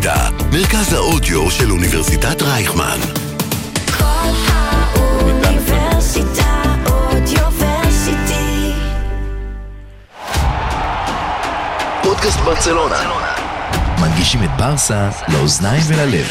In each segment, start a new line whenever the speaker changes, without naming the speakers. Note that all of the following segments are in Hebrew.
האוניברסיטה, מרכז האודיו של אוניברסיטת רייכמן.
כל האוניברסיטה אודיוורסיטי.
פודקאסט ברצלונה. מנגישים את ברסה לאוזניים וללב.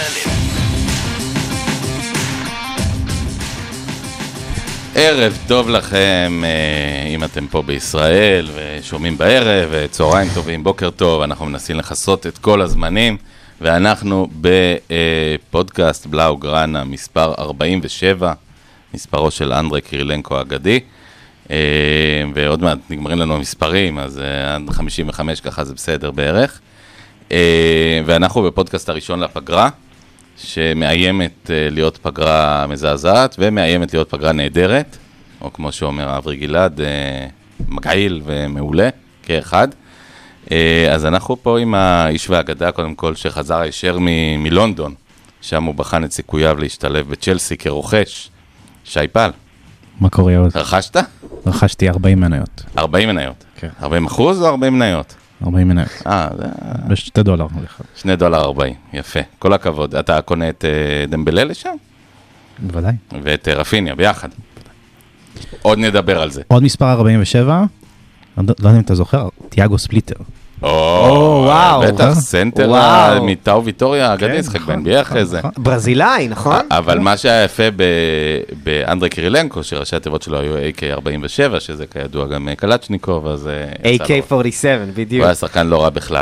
ערב טוב לכם, אם אתם פה בישראל ושומעים בערב, צהריים טובים, בוקר טוב, אנחנו מנסים לחסות את כל הזמנים, ואנחנו בפודקאסט בלאו גרנה מספר 47, מספרו של אנדרי קירילנקו האגדי, ועוד מעט נגמרים לנו המספרים, אז עד 55 ככה זה בסדר בערך, ואנחנו בפודקאסט הראשון לפגרה, שמאיימת להיות פגרה מזעזעת, ומאיימת להיות פגרה נהדרת, או כמו שאומר אברי גלעד, מגעיל ומעולה, כאחד. אז אנחנו פה עם האיש והאגדה, קודם כל, שחזר הישר מלונדון, שם הוא בחן את סיכוייו להשתלב בצ'לסי כרוכש. שי פל.
מה קורה עוד?
רכשת?
רכשתי 40 מניות.
40 מניות?
כן.
40% או 40 מניות?
40 מניות. ב$2.
$2.40, יפה. כל הכבוד. אתה קונה את דמבלה לשם?
בוודאי.
ואת רפיניה, ביחד. עוד נדבר על זה.
עוד מספר 47, לא יודע אם אתה זוכר, תיאגו ספליטר.
וואו. בטח, סנטר מיטאו ויטוריה, אגדי, שחק ב-NBA אחרי זה.
ברזילאי, נכון?
אבל מה שהיה יפה באנדרי קירילנקו, שראשי התיבות שלו היו AK-47, שזה כידוע גם קלצ'ניקוב, אז...
AK-47, בדיוק.
הוא היה שחקן לא רע בכלל.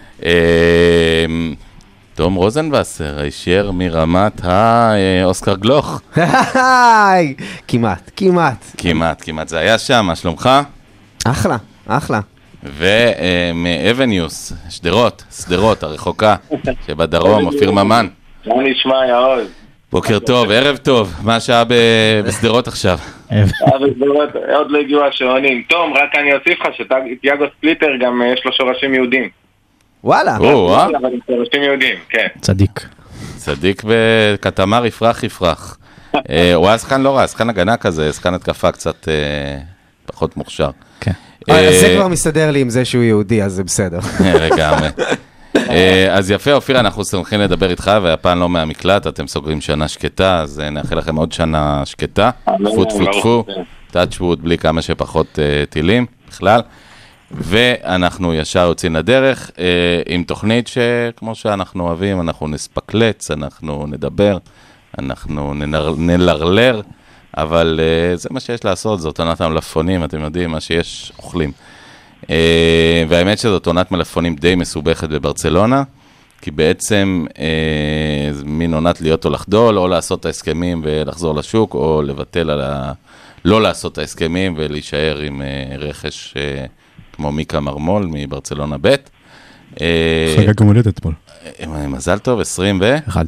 תום רוזנבסר, הישר מרמת האוסקר גלוך.
כמעט.
כמעט, זה היה שם, מה שלומך?
אחלה.
ומאבניוס, שדרות הרחוקה, שבדרום, אופיר ממן.
מה נשמע, יעוז?
בוקר טוב, ערב טוב, מה השעה בשדרות עכשיו?
בשדרות, עוד לא הגיעו השעונים. תום, רק אני אוסיף לך שתיאגו ספליטר גם יש לו שורשים יהודים.
וואלה.
שורשים יהודים, כן.
צדיק
בקטמר יפרח. הוא היה שחקן לא רע, שחקן הגנה כזה, שחקן התקפה קצת פחות מוכשר.
כן.
אז זה כבר מסתדר לי עם זה שהוא יהודי, אז זה בסדר.
לגמרי. אז יפה, אופיר, אנחנו שמחים לדבר איתך, והפעם לא מהמקלט, אתם סוגרים שנה שקטה, אז נאחל לכם עוד שנה שקטה. טפו, טאצ'ווד, בלי כמה שפחות טילים בכלל. ואנחנו ישר יוצאים לדרך עם תוכנית שכמו שאנחנו אוהבים, אנחנו נספקלץ, אנחנו נדבר, אנחנו נלרלר, אבל זה מה שיש לעשות, זאת עונת המלפונים, אתם יודעים, מה שיש אוכלים. והאמת שזאת עונת מלפונים די מסובכת בברצלונה, כי בעצם מין עונת להיות או לחדול, או לעשות את ההסכמים ולחזור לשוק, או לבטל לא לעשות את ההסכמים ולהישאר עם רכש כמו מיקה מרמול מברצלונה ב'.
חגג יום הולדת אתמול.
מזל טוב, 21.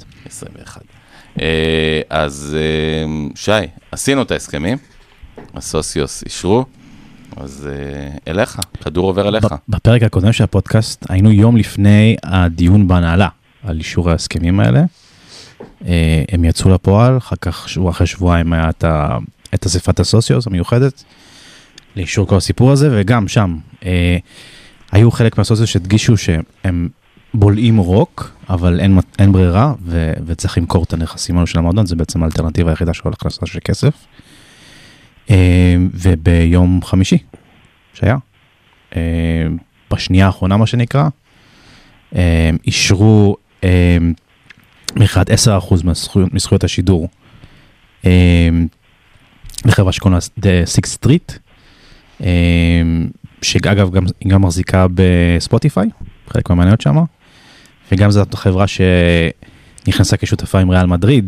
אז שי, עשינו את ההסכמים, הסוציוס אישרו, אז אליך, כדור עובר אליך.
בפרק הקודם של הפודקאסט, היינו יום לפני הדיון בהנהלה, על אישור ההסכמים האלה. הם יצאו לפועל, אחרי שבועיים היה את אספת הסוציוס המיוחדת, לאישור כל הסיפור הזה, וגם שם, היו חלק מהסוציוס שהדגישו שהם בולעים רוק, אבל אין ברירה, וצריך למכור את הנכסים האלו של המועדון, זה בעצם האלטרנטיבה היחידה של הכנסה של כסף. וביום חמישי, שהיה, בשנייה האחרונה מה שנקרא, אישרו מכירת 10% מזכויות השידור, לחברה שקוראים לה Sixth Street, שאגב גם מחזיקה בספוטיפיי, חלק מהמניות שמה, וגם זאת חברה שנכנסה כשותפה עם ריאל מדריד,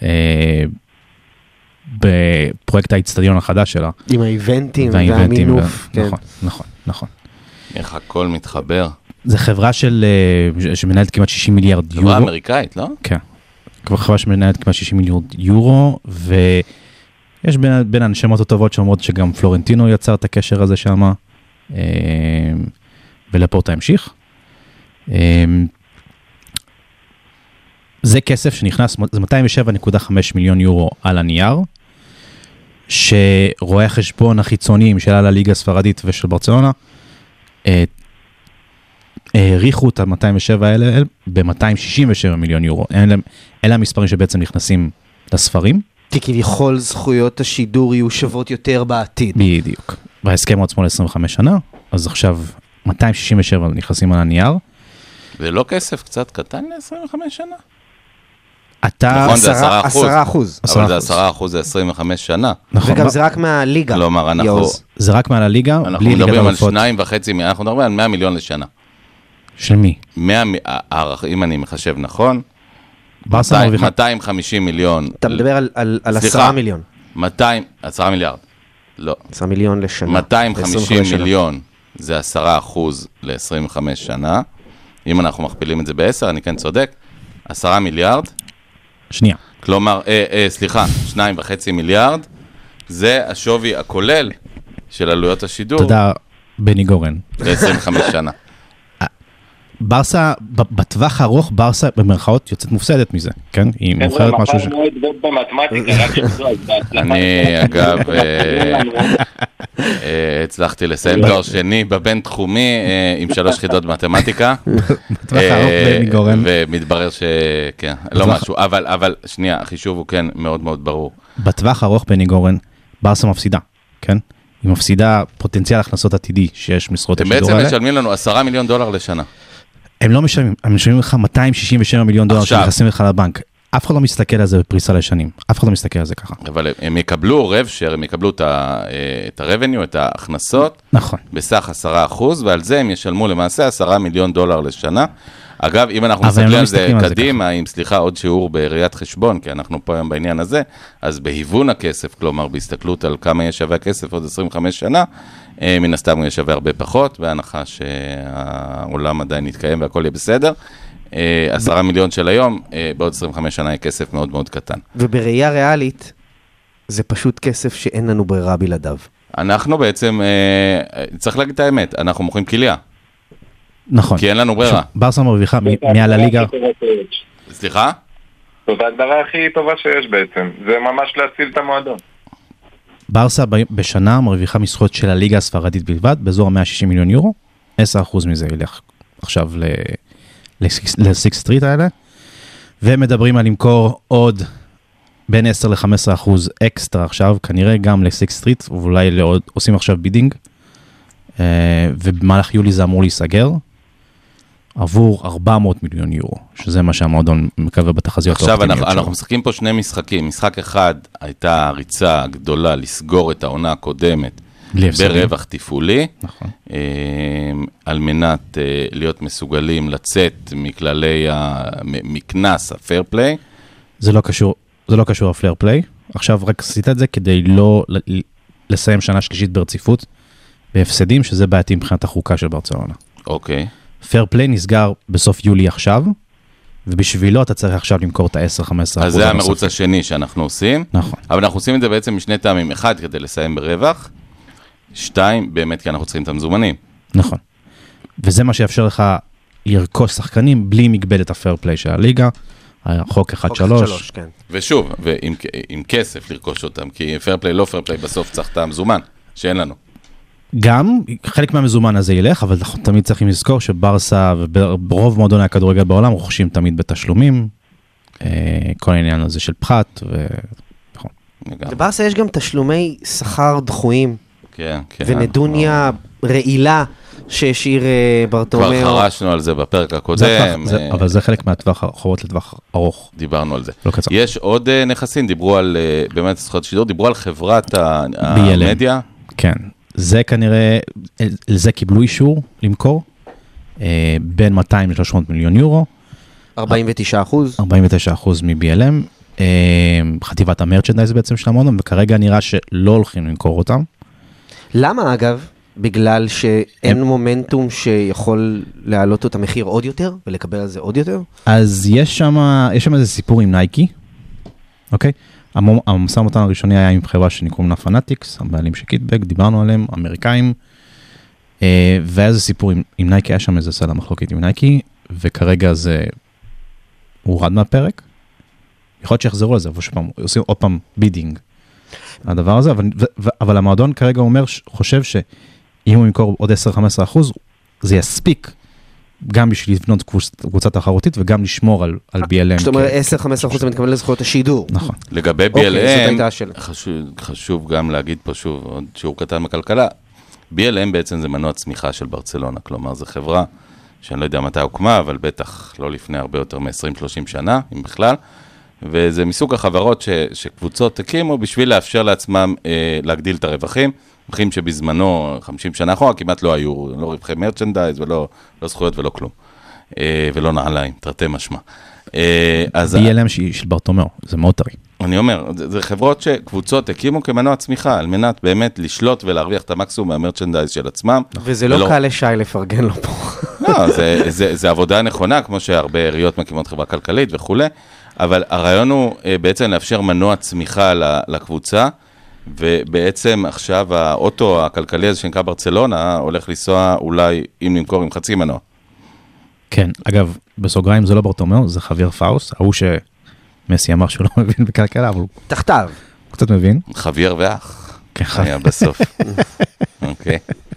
בפרויקט האצטדיון החדש שלה.
עם האיבנטים והמינוף.
נכון.
איך הכל מתחבר.
זה חברה שמנהלת כמעט 60 מיליארד יורו.
חברה אמריקאית, לא?
כן. חברה שמנהלת כמעט 60 מיליארד יורו, ויש בין הנשמות הטובות שאומרות שגם פלורנטינו יצר את הקשר הזה שם, ולפורטה המשיך. זה כסף שנכנס, זה 207.5 מיליון יורו על הנייר, שרואי החשבון החיצוניים של הליגה הספרדית ושל ברצלונה, העריכו את ה-207 האלה ב-267 מיליון יורו. אלה המספרים שבעצם נכנסים לספרים.
כי כביכול זכויות השידור יהיו שוות יותר בעתיד.
בדיוק. וההסכם עצמו ל-25 שנה, אז עכשיו 267 נכנסים על הנייר.
זה לא כסף קצת קטן ל-25 שנה?
אתה...
נכון, זה 10%.
10%.
אבל זה 10%, זה 25 שנה.
נכון.
וגם זה רק מהליגה.
כלומר,
זה רק מעל הליגה,
אנחנו מדברים על 2.5, אנחנו מדברים על 100 מיליון לשנה.
של מי?
אם אני מחשב נכון, 250 מיליון.
אתה מדבר על 10 מיליון.
10 מיליארד. לא.
10 מיליון לשנה.
250 מיליון זה 10% ל-25 שנה. אם אנחנו מכפילים את זה ב-10, אני כן צודק. 10 מיליארד.
שנייה.
כלומר, סליחה, 2.5 מיליארד. זה השווי הכולל של עלויות השידור.
תודה, בני גורן.
ל-25 שנה.
ברסה, בטווח הארוך, ברסה במרכאות יוצאת מופסדת מזה, כן? היא מוכרת משהו ש...
אני, אגב, הצלחתי לסיים תואר שני בבין תחומי עם 3 חידות מתמטיקה.
בטווח הארוך, בני גורן.
ומתברר שכן, לא משהו, אבל שנייה, החישוב הוא כן מאוד מאוד ברור.
בטווח הארוך, בני גורן, ברסה מפסידה, כן? היא מפסידה פוטנציאל הכנסות עתידי שיש משרות השידור האלה.
הם בעצם משלמים לנו $10 מיליון לשנה.
הם לא משלמים, הם משלמים לך 267 מיליון דולר שנכנסים לך לבנק. אף אחד לא מסתכל על זה בפריסה לשנים. אף אחד לא מסתכל על זה ככה.
אבל הם יקבלו רב-שר, הם יקבלו את הרבניו, את ההכנסות.
נכון.
בסך 10%, ועל זה הם ישלמו למעשה $10 מיליון לשנה. אגב, אם אנחנו מסתכלים על זה קדימה, אם סליחה עוד שיעור בראיית חשבון, כי אנחנו פה היום בעניין הזה, אז בהיוון הכסף, כלומר בהסתכלות על כמה יהיה שווה הכסף עוד 25 שנה, מן הסתם הוא יהיה שווה הרבה פחות, בהנחה שהעולם עדיין יתקיים והכל יהיה בסדר. 10 מיליון של היום, בעוד 25 שנה יהיה כסף מאוד מאוד קטן.
ובראייה ריאלית, זה פשוט כסף שאין לנו ברירה בלעדיו.
אנחנו בעצם, צריך להגיד את האמת, אנחנו מוכרים כליה.
נכון.
כי אין לנו ברירה.
ברסה מרוויחה מעל הליגה.
סליחה?
זאת ההגדרה הכי טובה שיש בעצם. זה ממש להציל את המועדון. ברסה
בשנה מרוויחה מזכויות של הליגה הספרדית בלבד, באזור 160 מיליון יורו. 10% מזה ילך עכשיו ל-6 סטריט האלה. ומדברים על למכור עוד בין 10 ל-15% אקסטרה עכשיו, כנראה גם ל-6 סטריט, ואולי עושים עכשיו בידינג. ובמהלך יולי זה אמור להיסגר. עבור 400 מיליון יורו, שזה מה שהמועדון מקווה בתחזיות האופטימיות שלו.
עכשיו אנחנו משחקים פה 2 משחקים. משחק אחד הייתה ריצה גדולה לסגור את העונה הקודמת ברווח תפעולי, על מנת להיות מסוגלים לצאת מכללי מכנס הפייר פליי.
זה לא קשור לפייר פליי. עכשיו רק עשית את זה כדי לא לסיים שנה שלישית ברציפות בהפסדים, שזה בעייתי מבחינת החוקה של ברצלונה.
אוקיי.
פייר פליי נסגר בסוף יולי עכשיו, ובשבילו אתה צריך עכשיו למכור את ה-10-15%.
אז זה המרוץ השני שאנחנו עושים.
נכון.
אבל אנחנו עושים את זה בעצם משני טעמים. 1, כדי לסיים ברווח. 2, באמת כי אנחנו צריכים את המזומנים.
נכון. וזה מה שיאפשר לך לרכוש שחקנים בלי מגבלת הפייר פליי של הליגה. החוק 1-3.
כן. ושוב, עם כסף לרכוש אותם, כי פייר פליי לא פייר פליי, בסוף צריך את המזומן, שאין לנו.
גם, חלק מהמזומן הזה ילך, אבל אנחנו תמיד צריכים לזכור שברסה וברוב מועדוני הכדורגל בעולם רוכשים תמיד בתשלומים, כל העניין הזה של פחת, נכון.
בברסה יש גם תשלומי שכר דחויים,
כן, כן.
ונדוניה רעילה שהשאיר ברטומיאו.
כבר חרשנו על זה בפרק הקודם.
אבל זה חלק מהטווח חובות לטווח ארוך.
דיברנו על זה. יש עוד נכסים, דיברו על, באמת זכויות שידור, דיברו על חברת המדיה.
כן. זה כנראה, לזה קיבלו אישור למכור, בין 200 ל-300 מיליון יורו.
49%.
49% מ-BLM, חטיבת המרצ'נדייז בעצם של המועדון, וכרגע נראה שלא הולכים למכור אותם.
למה אגב? בגלל שאין מומנטום שיכול להעלות את המחיר עוד יותר, ולקבל על זה עוד יותר?
אז יש שם איזה סיפור עם נייקי, אוקיי? המשא ומתן הראשוני היה עם חברה שנקראים פנאטיקס, הבעלים של קיטבק, דיברנו עליהם, אמריקאים, והיה איזה סיפור עם נייקי, היה שם איזה סלע מחלוקת עם נייקי, וכרגע זה הורד מהפרק, יכול להיות שיחזרו לזה, עושים עוד פעם בידינג, הדבר הזה, אבל המועדון כרגע חושב שאם הוא ימכור עוד 10-15%, זה יספיק גם בשביל לבנות קבוצה תחרותית וגם לשמור על BLM.
זאת אומרת, 10-15% אתה מתכוון לזכויות השידור.
נכון.
לגבי BLM, חשוב גם להגיד פה שוב, עוד שיעור קטן בכלכלה, BLM בעצם זה מנוע צמיחה של ברצלונה, כלומר, זו חברה שאני לא יודע מתי הוקמה, אבל בטח לא לפני הרבה יותר מ-20-30 שנה, אם בכלל, וזה מסוג החברות שקבוצות הקימו בשביל לאפשר לעצמם להגדיל את הרווחים, רווחים שבזמנו, 50 שנה אחורה, כמעט לא היו, לא רווחי מרצ'נדייז ולא זכויות ולא כלום, ולא נעליים, תרתי משמע.
BLM של ברטומיאו, זה מאוד טרי.
אני אומר, זה חברות שקבוצות הקימו כמנוע צמיחה, על מנת באמת לשלוט ולהרוויח את המקסימום מהמרצ'נדייז של עצמם.
וזה לא קל לשי לפרגן לו פה.
לא, זה עבודה נכונה, כמו שהרבה עיריות מקימות חברה כלכלית וכו', אבל הרעיון הוא בעצם לאפשר מנוע צמיחה לקבוצה, ובעצם עכשיו האוטו הכלכלי הזה שנקרא ברצלונה, הולך לנסוע אולי, אם נמכור, עם חצי מנוע.
כן, אגב, בסוגריים זה לא ברטומיאו, זה חביר פאוס, ההוא שמסי אמר שהוא לא מבין בכלכלה, אבל הוא...
תחתיו.
הוא קצת מבין.
חביר ואח.
כן,
היה בסוף. אוקיי.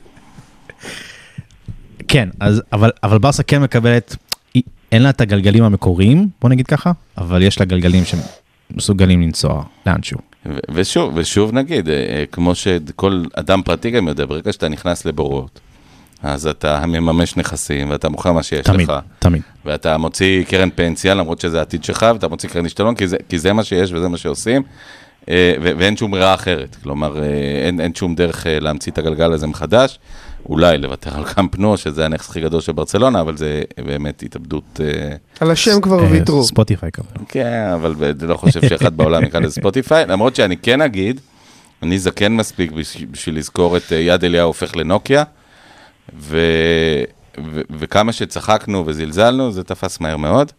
כן, אבל ברסה כן מקבלת, אין לה את הגלגלים המקוריים, בוא נגיד ככה, אבל יש לה גלגלים שמסוגלים לנסוע לאנשהו.
ושוב נגיד, כמו שכל אדם פרטי גם יודע, ברגע שאתה נכנס לבורות, אז אתה מממש נכסים, ואתה מוכר מה שיש לך.
תמיד.
ואתה מוציא קרן פנסיה, למרות שזה העתיד שלך, ואתה מוציא קרן השתלון, כי זה מה שיש וזה מה שעושים, ואין שום ברירה אחרת. כלומר, אין שום דרך להמציא את הגלגל הזה מחדש, אולי לוותר על קאמפ נו, שזה הנכס הכי גדול של ברצלונה, אבל זה באמת התאבדות...
על השם כבר ויתרו.
ספוטיפיי כמובן.
כן, אבל אני לא חושב שאחד בעולם יקרא לזה ספוטיפיי, למרות שאני כן אגיד, אני זקן מספיק בשביל לזכור את יד אליהו הופך לנוקיה, וכמה שצחקנו וזלזלנו, זה תפס מהר מאוד.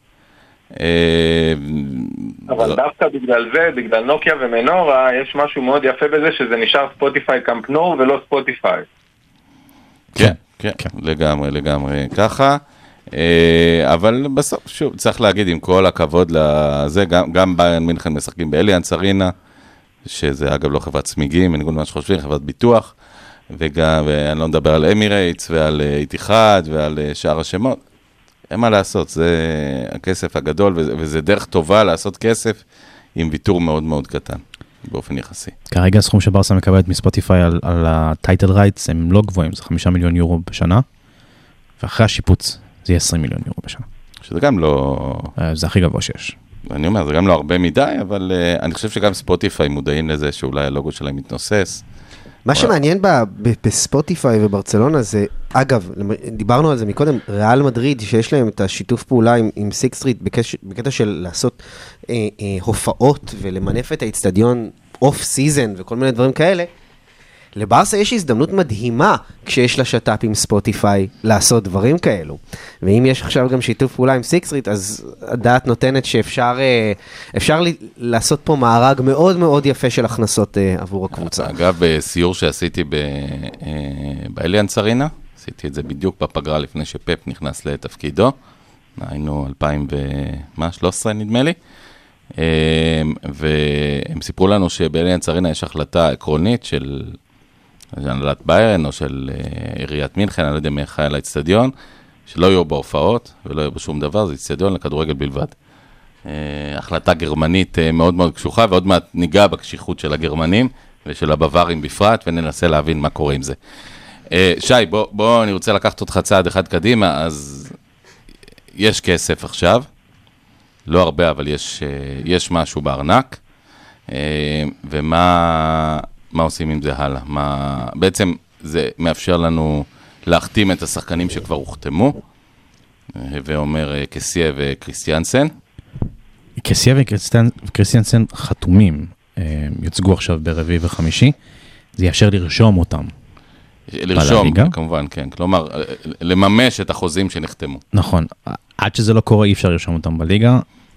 אבל דווקא בגלל זה, בגלל נוקיה ומנורה, יש משהו מאוד יפה בזה, שזה נשאר ספוטיפיי קאמפ נו ולא ספוטיפיי.
כן, לגמרי ככה. אבל בסוף, שוב, צריך להגיד עם כל הכבוד לזה, גם ביירן מינכן משחקים באליאנס ארינה, שזה אגב לא חברת צמיגים, בניגוד למה שחושבים, חברת ביטוח, ואני לא מדבר על אמירייטס ועל איתיחד ועל שאר השמות. אין מה לעשות, זה הכסף הגדול, וזה דרך טובה לעשות כסף עם ויתור מאוד מאוד קטן, באופן יחסי.
כרגע הסכום שברסה מקבלת מספוטיפיי על הטייטל רייטס הם לא גבוהים, זה 5 מיליון יורו בשנה, ואחרי השיפוץ זה יהיה 20 מיליון יורו בשנה.
שזה גם לא...
זה הכי גבוה שיש.
אני אומר, זה גם לא הרבה מדי, אבל אני חושב שגם ספוטיפיי מודעים לזה שאולי הלוגו שלהם מתנוסס.
מה שמעניין בספוטיפיי וברצלונה זה, אגב, דיברנו על זה מקודם, ריאל מדריד, שיש להם את השיתוף פעולה עם סיק סטריט, בקטע של לעשות הופעות ולמנף את האצטדיון אוף סיזן וכל מיני דברים כאלה, לברסה יש הזדמנות מדהימה כשיש לה שטאפ עם ספוטיפיי לעשות דברים כאלו. ואם יש עכשיו גם שיתוף פעולה עם סיק סטריט, אז הדעת נותנת שאפשר לעשות פה מארג מאוד מאוד יפה של הכנסות עבור הקבוצה.
אגב, בסיור שעשיתי באליאנס ארינה, עשיתי את זה בדיוק בפגרה לפני שפפ נכנס לתפקידו, היינו 2013 נדמה לי, והם סיפרו לנו שבאליאנס ארינה יש החלטה עקרונית של הנהלת ביירן או של עיריית מינכן, אני לא יודע מי אחראי על האצטדיון, שלא יהיו בהופעות ולא יהיו בשום דבר, זה אצטדיון לכדורגל בלבד. החלטה גרמנית מאוד מאוד קשוחה, ועוד מעט ניגע בקשיחות של הגרמנים ושל הבווארים בפרט, וננסה להבין מה קורה עם זה. שי, בוא אני רוצה לקחת אותך צעד אחד קדימה, אז יש כסף עכשיו, לא הרבה, אבל יש משהו בארנק, ומה עושים עם זה הלאה? בעצם זה מאפשר לנו להחתים את השחקנים שכבר הוחתמו, ואומר קסיה וקריסטיאנסן.
קסיה וקריסטיאנסן חתומים, יוצגו עכשיו ברביעי וחמישי, זה יאפשר לרשום אותם.
לרשום, כמובן, כן. כלומר, לממש את החוזים שנחתמו.
נכון. עד שזה לא קורה, אי אפשר לרשום אותם בליגה.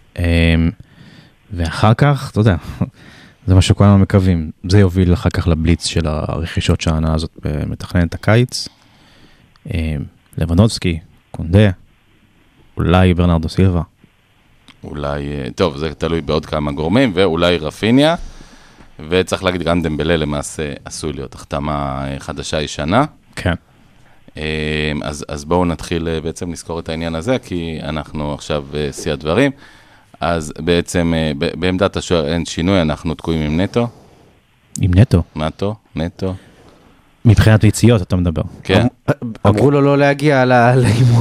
ואחר כך, אתה יודע, זה מה שכולנו מקווים. זה יוביל אחר כך לבליץ של הרכישות שהעונה הזאת מתכננת הקיץ. לבנובסקי, קונדה, אולי ברנרדו סילבה.
אולי, טוב, זה תלוי בעוד כמה גורמים, ואולי רפיניה, וצריך להגיד גם דמבלה למעשה עשוי להיות החתמה חדשה ישנה.
כן.
אז בואו נתחיל בעצם לזכור את העניין הזה, כי אנחנו עכשיו בשיא הדברים. אז בעצם בעמדת השוער אין שינוי, אנחנו תקועים עם נטו.
עם נטו?
נטו.
מבחינת יציאות אתה מדבר.
כן.
אמרו לו לא להגיע לאימון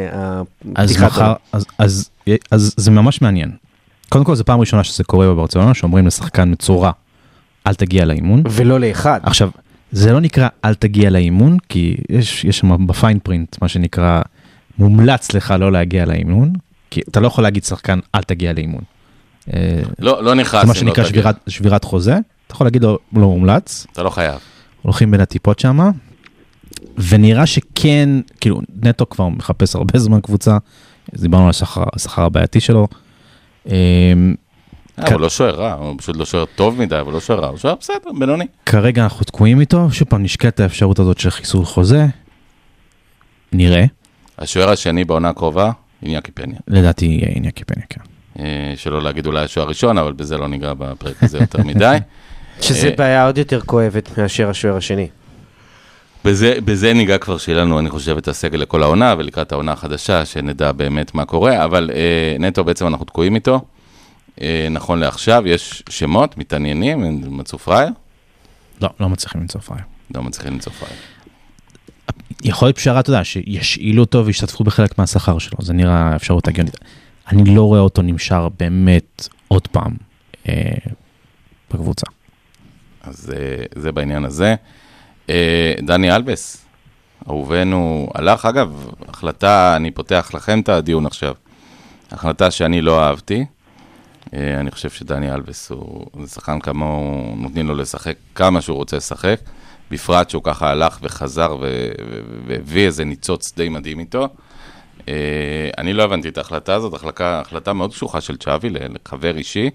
אז זה ממש מעניין. קודם כל, זו פעם ראשונה שזה קורה בברצלונה, שאומרים לשחקן מצורע, אל תגיע לאימון.
ולא לאחד.
עכשיו, זה לא נקרא אל תגיע לאימון, כי יש שם בפיין פרינט, מה שנקרא, מומלץ לך לא להגיע לאימון, כי אתה לא יכול להגיד שחקן אל תגיע לאימון.
לא נכנס.
זה מה שנקרא שבירת חוזה, אתה יכול להגיד לו לא מומלץ.
אתה לא חייב.
הולכים בין הטיפות שם, ונראה שכן, כאילו, נטו כבר מחפש הרבה זמן קבוצה, אז דיברנו על השכר הבעייתי שלו.
הוא לא שוער רע, הוא פשוט לא שוער טוב מדי, אבל לא שוער רע, הוא שוער בסדר, בינוני.
כרגע אנחנו תקועים איתו, שוב פעם נשקט האפשרות הזאת של חיסול חוזה, נראה.
השוער השני בעונה הקרובה, איניקי פניה.
לדעתי איניקי פניה, כן.
שלא להגיד אולי השוער הראשון, אבל בזה לא ניגע בפרק הזה יותר מדי.
שזה בעיה עוד יותר כואבת מאשר השוער השני.
בזה ניגע כבר שלנו, אני חושב, את הסגל לכל העונה, ולקראת העונה החדשה, שנדע באמת מה קורה, אבל נטו בעצם אנחנו תקועים איתו. נכון לעכשיו, יש שמות, מתעניינים, מצאו פרייר?
לא מצליחים למצוא פרייר.
לא מצליחים למצוא פרייר.
יכול להיות פשרה, אתה יודע, שישאילו אותו וישתתפו בחלק מהשכר שלו, זה נראה אפשרות הגיונית. אני לא רואה אותו נמשר באמת עוד פעם בקבוצה.
אז זה בעניין הזה. דני אלבס, אהובנו הלך, אגב, החלטה, אני פותח לכם את הדיון עכשיו, החלטה שאני לא אהבתי, אני חושב שדני אלבס הוא שחקן כמוהו, נותנים לו לשחק כמה שהוא רוצה לשחק, בפרט שהוא ככה הלך וחזר והביא איזה ניצוץ די מדהים איתו. אני לא הבנתי את ההחלטה הזאת, החלטה מאוד קשוחה של צ'אבי לחבר אישי,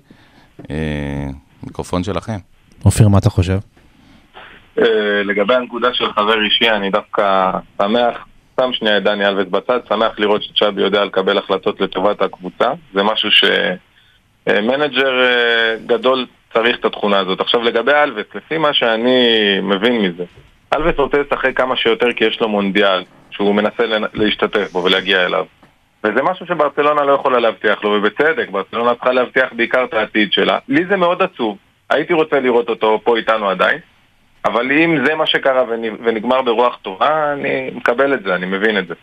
מיקרופון שלכם.
אופיר, מה אתה חושב?
לגבי הנקודה של חבר אישי, אני דווקא שמח, שם שנייה את דני אלבס בצד, שמח לראות שצ'אבי יודע לקבל החלטות לטובת הקבוצה. זה משהו שמנג'ר גדול צריך את התכונה הזאת. עכשיו לגבי אלבס, לפי מה שאני מבין מזה, אלבס רוצה לשחק כמה שיותר כי יש לו מונדיאל, שהוא מנסה להשתתף בו ולהגיע אליו. וזה משהו שברצלונה לא יכולה להבטיח לו, ובצדק, ברצלונה צריכה להבטיח בעיקר את העתיד שלה. לי זה מאוד עצוב, הייתי רוצה לראות אותו פה איתנו עדיין, אבל אם זה מה שקרה ונגמר ברוח טובה, אני מקבל את זה, אני מבין את זה.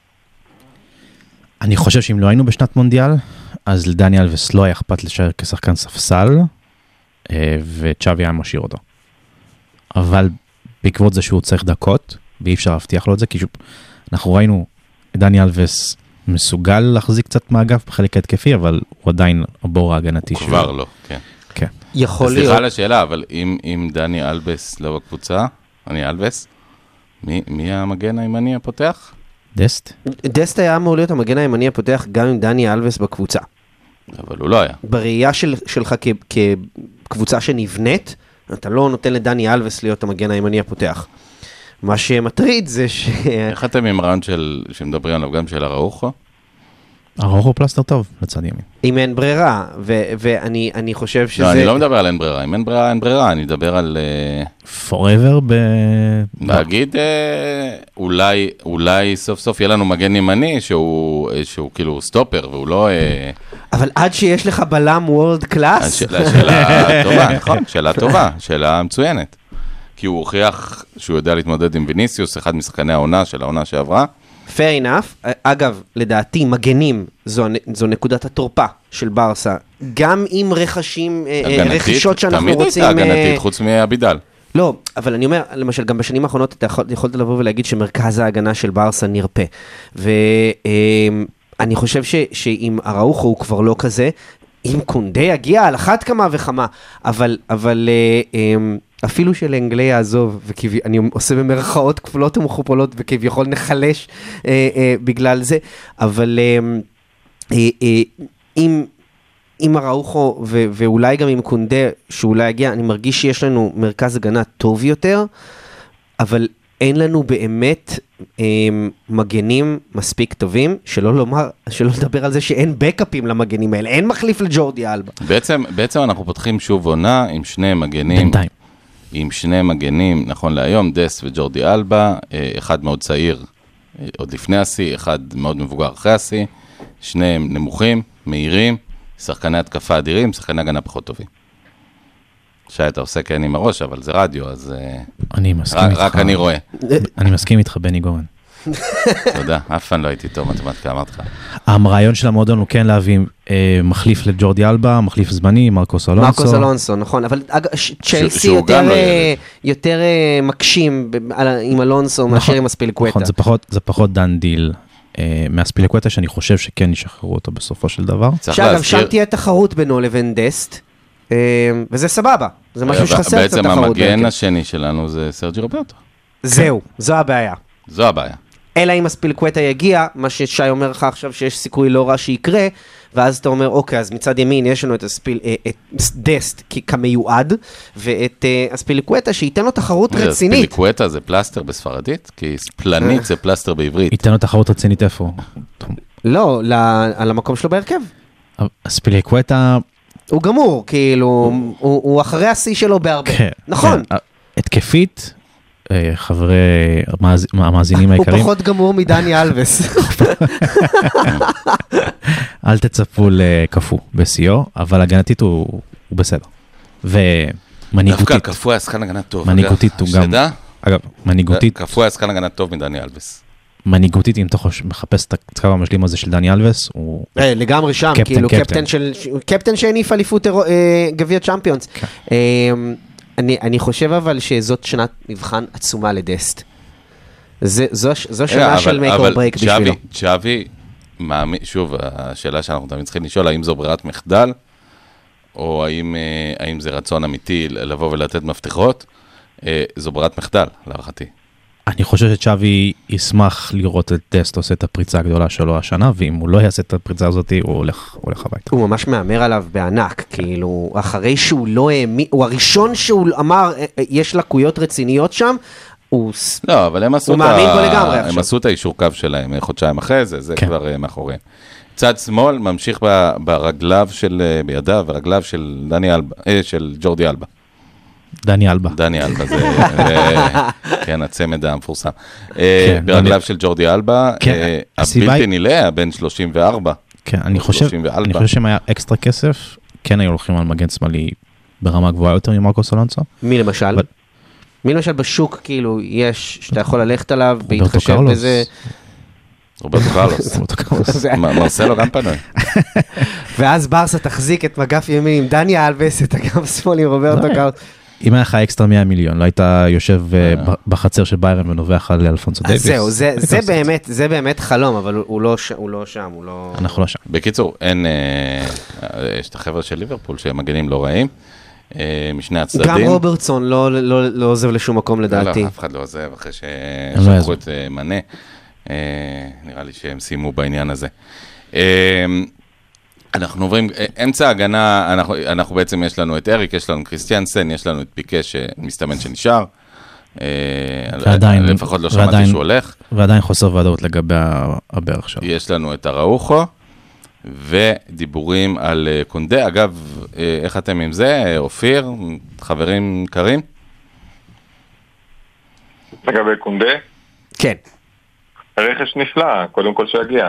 אני חושב שאם לא היינו בשנת מונדיאל, אז לדני אלבס לא היה אכפת להישאר כשחקן ספסל, וצ'אבי היה משאיר אותו. אבל בעקבות זה שהוא צריך דקות, ואי אפשר להבטיח לו את זה, כי אנחנו ראינו, דני אלבס מסוגל להחזיק קצת מהאגף בחלק ההתקפי, אבל הוא עדיין הבור ההגנתי שלו.
כבר לא, כן.
כן.
יכול להיות.
סליחה על השאלה, אבל אם דני אלבס לא בקבוצה, אני אלבס, מי המגן הימני הפותח?
דסט?
דסט היה אמור להיות המגן הימני הפותח גם עם דני אלבס בקבוצה.
אבל הוא לא היה.
בראייה שלך כקבוצה שנבנית, אתה לא נותן לדני אלבס להיות המגן הימני הפותח. מה שמטריד זה
איך אתם עם רעיון שמדברים עליו גם של אראוחו?
אראוחו פלסטר טוב לצד ימין.
אם אין ברירה, ואני חושב שזה...
לא, אני לא מדבר על אין ברירה. אם אין ברירה, אין ברירה. אני מדבר על...
forever
להגיד, אולי סוף סוף יהיה לנו מגן ימני שהוא כאילו סטופר, והוא לא...
אבל עד שיש לך בלם וורד קלאס?
שאלה טובה, נכון, שאלה טובה, שאלה מצוינת. כי הוא הוכיח שהוא יודע להתמודד עם ויניסיוס, אחד משחקני העונה של העונה שעברה.
fair enough. אגב, לדעתי, מגנים זו נקודת התורפה של ברסה. גם עם רכישות שאנחנו רוצים...
תמיד הייתה הגנתית, חוץ מהבידל.
לא, אבל אני אומר, למשל, גם בשנים האחרונות אתה יכולת לבוא ולהגיד שמרכז ההגנה של ברסה נרפה. ואני חושב שאם אראוחו הוא כבר לא כזה, אם קונדה יגיע על אחת כמה וכמה, אבל אפילו של אנגלי יעזוב, אני עושה במרכאות כפולות ומכופלות, וכביכול נחלש בגלל זה, אבל עם אראוחו, ואולי גם עם קונדה, שאולי יגיע, אני מרגיש שיש לנו מרכז הגנה טוב יותר, אבל אין לנו באמת מגנים מספיק טובים, שלא לדבר על זה שאין בקאפים למגנים האלה, אין מחליף לג'ורדי אלבה.
בעצם אנחנו פותחים שוב עונה עם שני מגנים.
בינתיים.
עם שני מגנים, נכון להיום, דסט וג'ורדי אלבה, אחד מאוד צעיר עוד לפני השיא, אחד מאוד מבוגר אחרי השיא, שניהם נמוכים, מהירים, שחקני התקפה אדירים, שחקני הגנה פחות טובים. אתה עושה כן עם הראש, אבל זה רדיו, אז רק אני רואה.
אני מסכים איתך, בני גורן.
תודה, אף פעם לא הייתי טוב, מתמטיקה, אמרת לך.
הרעיון של המועדון הוא כן להביא מחליף לג'ורדי אלבה, מחליף זמני, מרקוס אלונסו.
מרקוס אלונסו, נכון, אבל צ'לסי יותר מקשים עם אלונסו מאשר עם אספיליקווטה.
נכון, זה פחות דן דיל מהספיליקווטה, שאני חושב שכן ישחררו אותו בסופו של דבר.
שאגב, שם תהיה תחרות בינו לבין דסט, וזה סבבה, זה משהו שחסר קצת תחרות.
בעצם המגן השני שלנו זה סרג'י רוברטו.
זהו, זו הבעיה.
זו הבעיה.
אלא אם אספיליקווטה יגיע, מה ששי אומר לך עכשיו שיש סיכוי לא רע שיקרה, ואז אתה אומר, אוקיי, אז מצד ימין יש לנו את דסט כמיועד, ואת אספיליקווטה שייתן לו תחרות רצינית.
אספיליקווטה זה פלסטר בספרדית? כי פלנית זה פלסטר בעברית.
ייתן לו תחרות רצינית איפה?
לא, על המקום שלו בהרכב.
אספיליקווטה...
הוא גמור, כאילו, הוא אחרי השיא שלו בהרבה. נכון.
התקפית... חברי המאזינים העיקריים.
הוא פחות גמור מדני אלווס.
אל תצפו לקפוא בסיור, אבל הגנתית הוא בסדר. ומנהיגותית.
דווקא קפוא היה שחקן הגנה טוב.
מנהיגותית הוא גם... אגב, מנהיגותית...
קפוא היה שחקן הגנה טוב מדני אלווס.
מנהיגותית, אם אתה מחפש את הקו המשלים הזה של דני אלווס, הוא...
לגמרי שם, כאילו קפטן שהניף אליפות גביע צ'אמפיונס. אני חושב אבל שזאת שנת מבחן עצומה לדסט. זו שנה של make or break בשבילו.
צ'אבי, שוב, השאלה שאנחנו תמיד צריכים לשאול, האם זו ברירת מחדל, או האם זה רצון אמיתי לבוא ולתת מפתחות, זו ברירת מחדל, להערכתי.
אני חושב שצ'אבי ישמח לראות את דסט עושה את הפריצה הגדולה שלו השנה, ואם הוא לא יעשה את הפריצה הזאת, הוא הולך הביתה.
הוא ממש מאמר עליו בענק, כאילו, אחרי שהוא לא האמין, הוא הראשון שהוא אמר, יש לקויות רציניות שם,
לא, אבל הם
הם
עשו את האישור קו שלהם חודשיים אחרי זה, זה כבר מאחורי. צד שמאל ממשיך ברגליו בידיו, ורגליו של ג'ורדי אלבה.
דני אלבה,
זה כן, הצמד המפורסם. ברגליו של ג'ורדי אלבה, הבלתי נילאה, בן 34.
כן, אני חושב שאם היה אקסטרה כסף, כן היו הולכים על מגן שמאלי ברמה גבוהה יותר ממרקוס אלונסו.
מי למשל? מי למשל בשוק, כאילו, יש, שאתה יכול ללכת עליו, בהתחשב בזה...
רוברטו קרלוס. מרסלו גם פנוי.
ואז ברסה תחזיק את מגף ימין עם דני אלווס, את אגף שמאל עם רוברטו קרלוס.
אם היה לך אקסטרה 100 מיליון, לא היית יושב בחצר של ביירן ונובח על אלפונסו דייביס.
זהו, זה באמת חלום, אבל הוא לא שם,
אנחנו לא שם.
בקיצור, יש את החבר'ה של ליברפול שמגנים לא רעים, משני הצדדים.
גם רוברטסון לא עוזב לשום מקום לדעתי.
לא, אף אחד לא עוזב, אחרי ששלחו את מנה. נראה לי שהם סיימו בעניין הזה. אנחנו עוברים, אמצע ההגנה, אנחנו בעצם יש לנו את אריק, יש לנו קריסטיאנסן, יש לנו את פיקה שמסתמן שנשאר. לפחות לא שמעתי שהוא הולך.
ועדיין חוסר ודאות לגבי הברך שלו.
יש לנו את הראוחו, ודיבורים על קונדה. אגב, איך אתם עם זה? אופיר, חברים קרים?
לגבי קונדה?
כן.
הרכש נפלא, קודם כל שיגיע.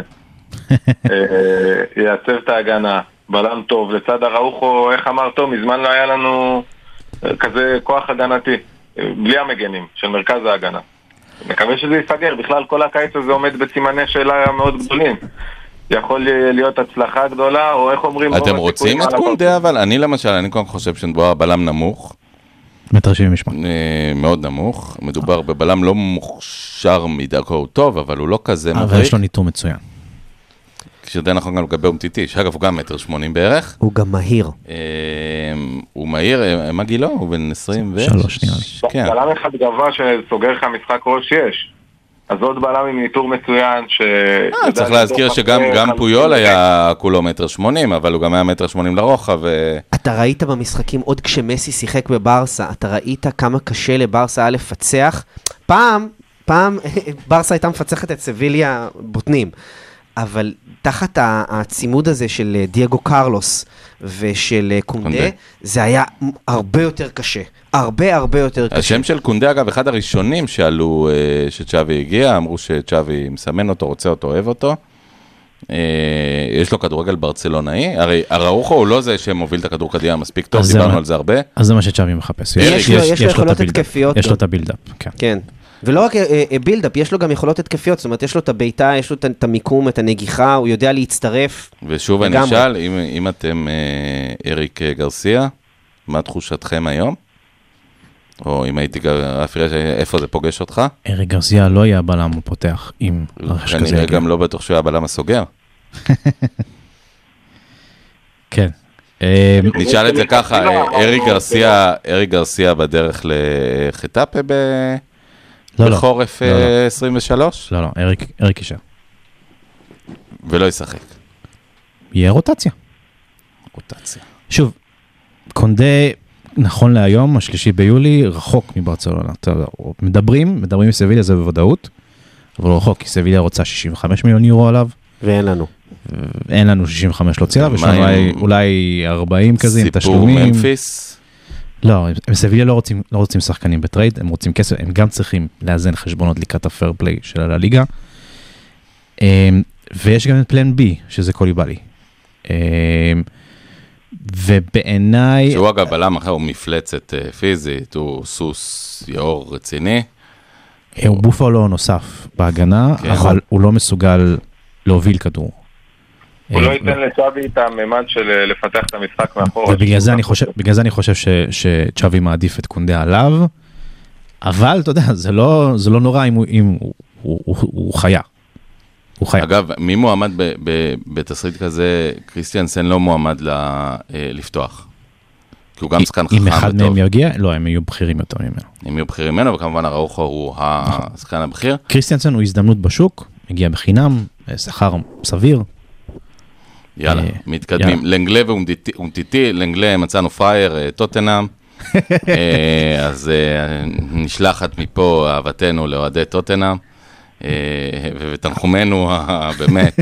יעצב את ההגנה, בלם טוב, לצד הראוחו, איך אמר טוב, מזמן לא היה לנו כזה כוח הגנתי, בלי המגנים של מרכז ההגנה. מקווה שזה ייסגר, בכלל כל הקיץ הזה עומד בסימני שאלה מאוד גדולים. יכול להיות הצלחה גדולה, או איך אומרים...
אתם רוצים את קונדה, אבל אני למשל, אני קודם חושב שמדובר בלם נמוך.
1.78 מטר.
מאוד נמוך, מדובר בבלם לא מוכשר מדרכו, הוא טוב, אבל הוא לא כזה מבריק.
אבל יש לו ניטור מצוין.
כשזה נכון גם לגבי אומטיטי, שאגב הוא גם 1.80 בערך.
הוא גם מהיר.
הוא מהיר, מה גילו? הוא בן
23 נראה לי.
בלם אחד גבוה שסוגר לך משחק ראש יש. אז עוד בלם עם ניטור מצוין ש...
צריך להזכיר שגם פויול היה כולו 1.80 אבל הוא גם היה 1.80 לרוחב.
אתה ראית במשחקים, עוד כשמסי שיחק בברסה, אתה ראית כמה קשה לברסה היה לפצח. פעם ברסה הייתה מפצחת את סביליה בוטנים. אבל תחת הצימוד הזה של דיאגו קרלוס ושל קונדה, זה היה הרבה יותר קשה. הרבה יותר קשה.
השם של קונדה, אגב, אחד הראשונים שעלו, שצ'אבי הגיע, אמרו שצ'אבי מסמן אותו, רוצה אותו, אוהב אותו. יש לו כדורגל ברצלונאי, הרי אראוחו הוא לא זה שמוביל את הכדור קדימה מספיק טוב, דיברנו על זה הרבה.
אז זה מה שצ'אבי מחפש.
יש לו יכולות התקפיות.
יש לו את הבילדאפ, כן.
כן. ולא רק בילדאפ, יש לו גם יכולות התקפיות, זאת אומרת, יש לו את הביתה, יש לו את המיקום, את הנגיחה, הוא יודע להצטרף.
ושוב אני אשאל, אם אתם אריק גרסיה, מה תחושתכם היום? או אם הייתי איפה זה פוגש אותך?
אריק גרסיה לא יהיה הבלם הפותח עם רכש כזה.
אני גם לא בטוח שהוא היה הבלם הסוגר.
כן.
נשאל את זה ככה, אריק גרסיה בדרך לחטאפה בחורף 23?
לא, אריק ישר.
ולא ישחק.
יהיה רוטציה. שוב, קונדה, נכון להיום, השלישי ביולי, רחוק מברצלונה. מדברים מסביליה זה בוודאות, אבל רחוק, כי סביליה רוצה 65 מיליון יורו עליו.
ואין לנו.
אין לנו 65 להוציא עליו, יש לנו אולי 40 כזה עם תשלומים.
סיפור ממפיס?
לא, הם סביליה לא רוצים שחקנים בטרייד, הם רוצים כסף, הם גם צריכים לאזן חשבונות לקראת הפייר פליי של הליגה. ויש גם את פלן בי, שזה קוליבאלי. ובעיניי...
שהוא אגב בלם אחר, הוא מפלצת פיזית, הוא סוס יאור רציני.
הוא בופלו נוסף בהגנה, אבל הוא לא מסוגל להוביל כדור.
הוא לא ייתן לצ'אבי את הממד של לפתח את המשחק מאחור.
ובגלל זה אני חושב שצ'אבי מעדיף את קונדה עליו, אבל אתה יודע, זה לא נורא אם הוא חיה.
אגב, מי מועמד בתסריט כזה, קריסטיאנסן לא מועמד לפתוח. כי הוא גם שחקן חכם וטוב.
אם אחד מהם יגיע, לא, הם יהיו בכירים יותר ממנו.
הם יהיו בכירים ממנו, וכמובן אראוחו הוא השחקן הבכיר.
קריסטיאנסן הוא הזדמנות בשוק, מגיע בחינם, שכר סביר.
יאללה, מתקדמים. לנגלה ואומטיטי, לנגלה מצאנו פרייר, טוטנאם. אז נשלחת מפה אהבתנו לאוהדי טוטנאם. ותנחומנו באמת,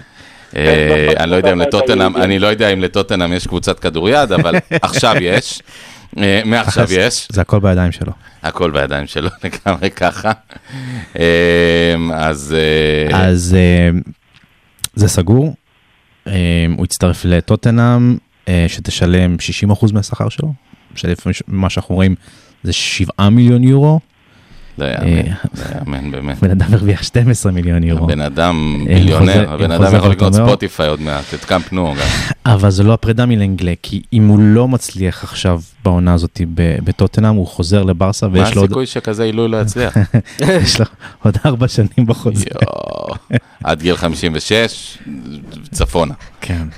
אני לא יודע אם לטוטנאם יש קבוצת כדוריד, אבל עכשיו יש, מעכשיו יש.
זה הכל בידיים שלו.
הכל בידיים שלו, לגמרי ככה. אז זה סגור, הוא יצטרף לטוטנאם, שתשלם 60% מהשכר שלו, שלפעמים מה שאנחנו רואים זה 7 מיליון יורו, לא יאמן, באמת.
בן אדם הרוויח 12 מיליון יורו.
בן אדם מיליונר, הבן אדם יכול לקנות ספוטיפיי עוד מעט, את קאמפ נו גם.
אבל זה לא הפרידה מלנגלה, כי אם הוא לא מצליח עכשיו בעונה הזאת בטוטנאם, הוא חוזר לברסה, ויש לו עוד...
מה הסיכוי שכזה אילוי לא יצליח?
יש לו עוד 4 שנים בחוזר.
עד גיל 56, צפונה.
כן.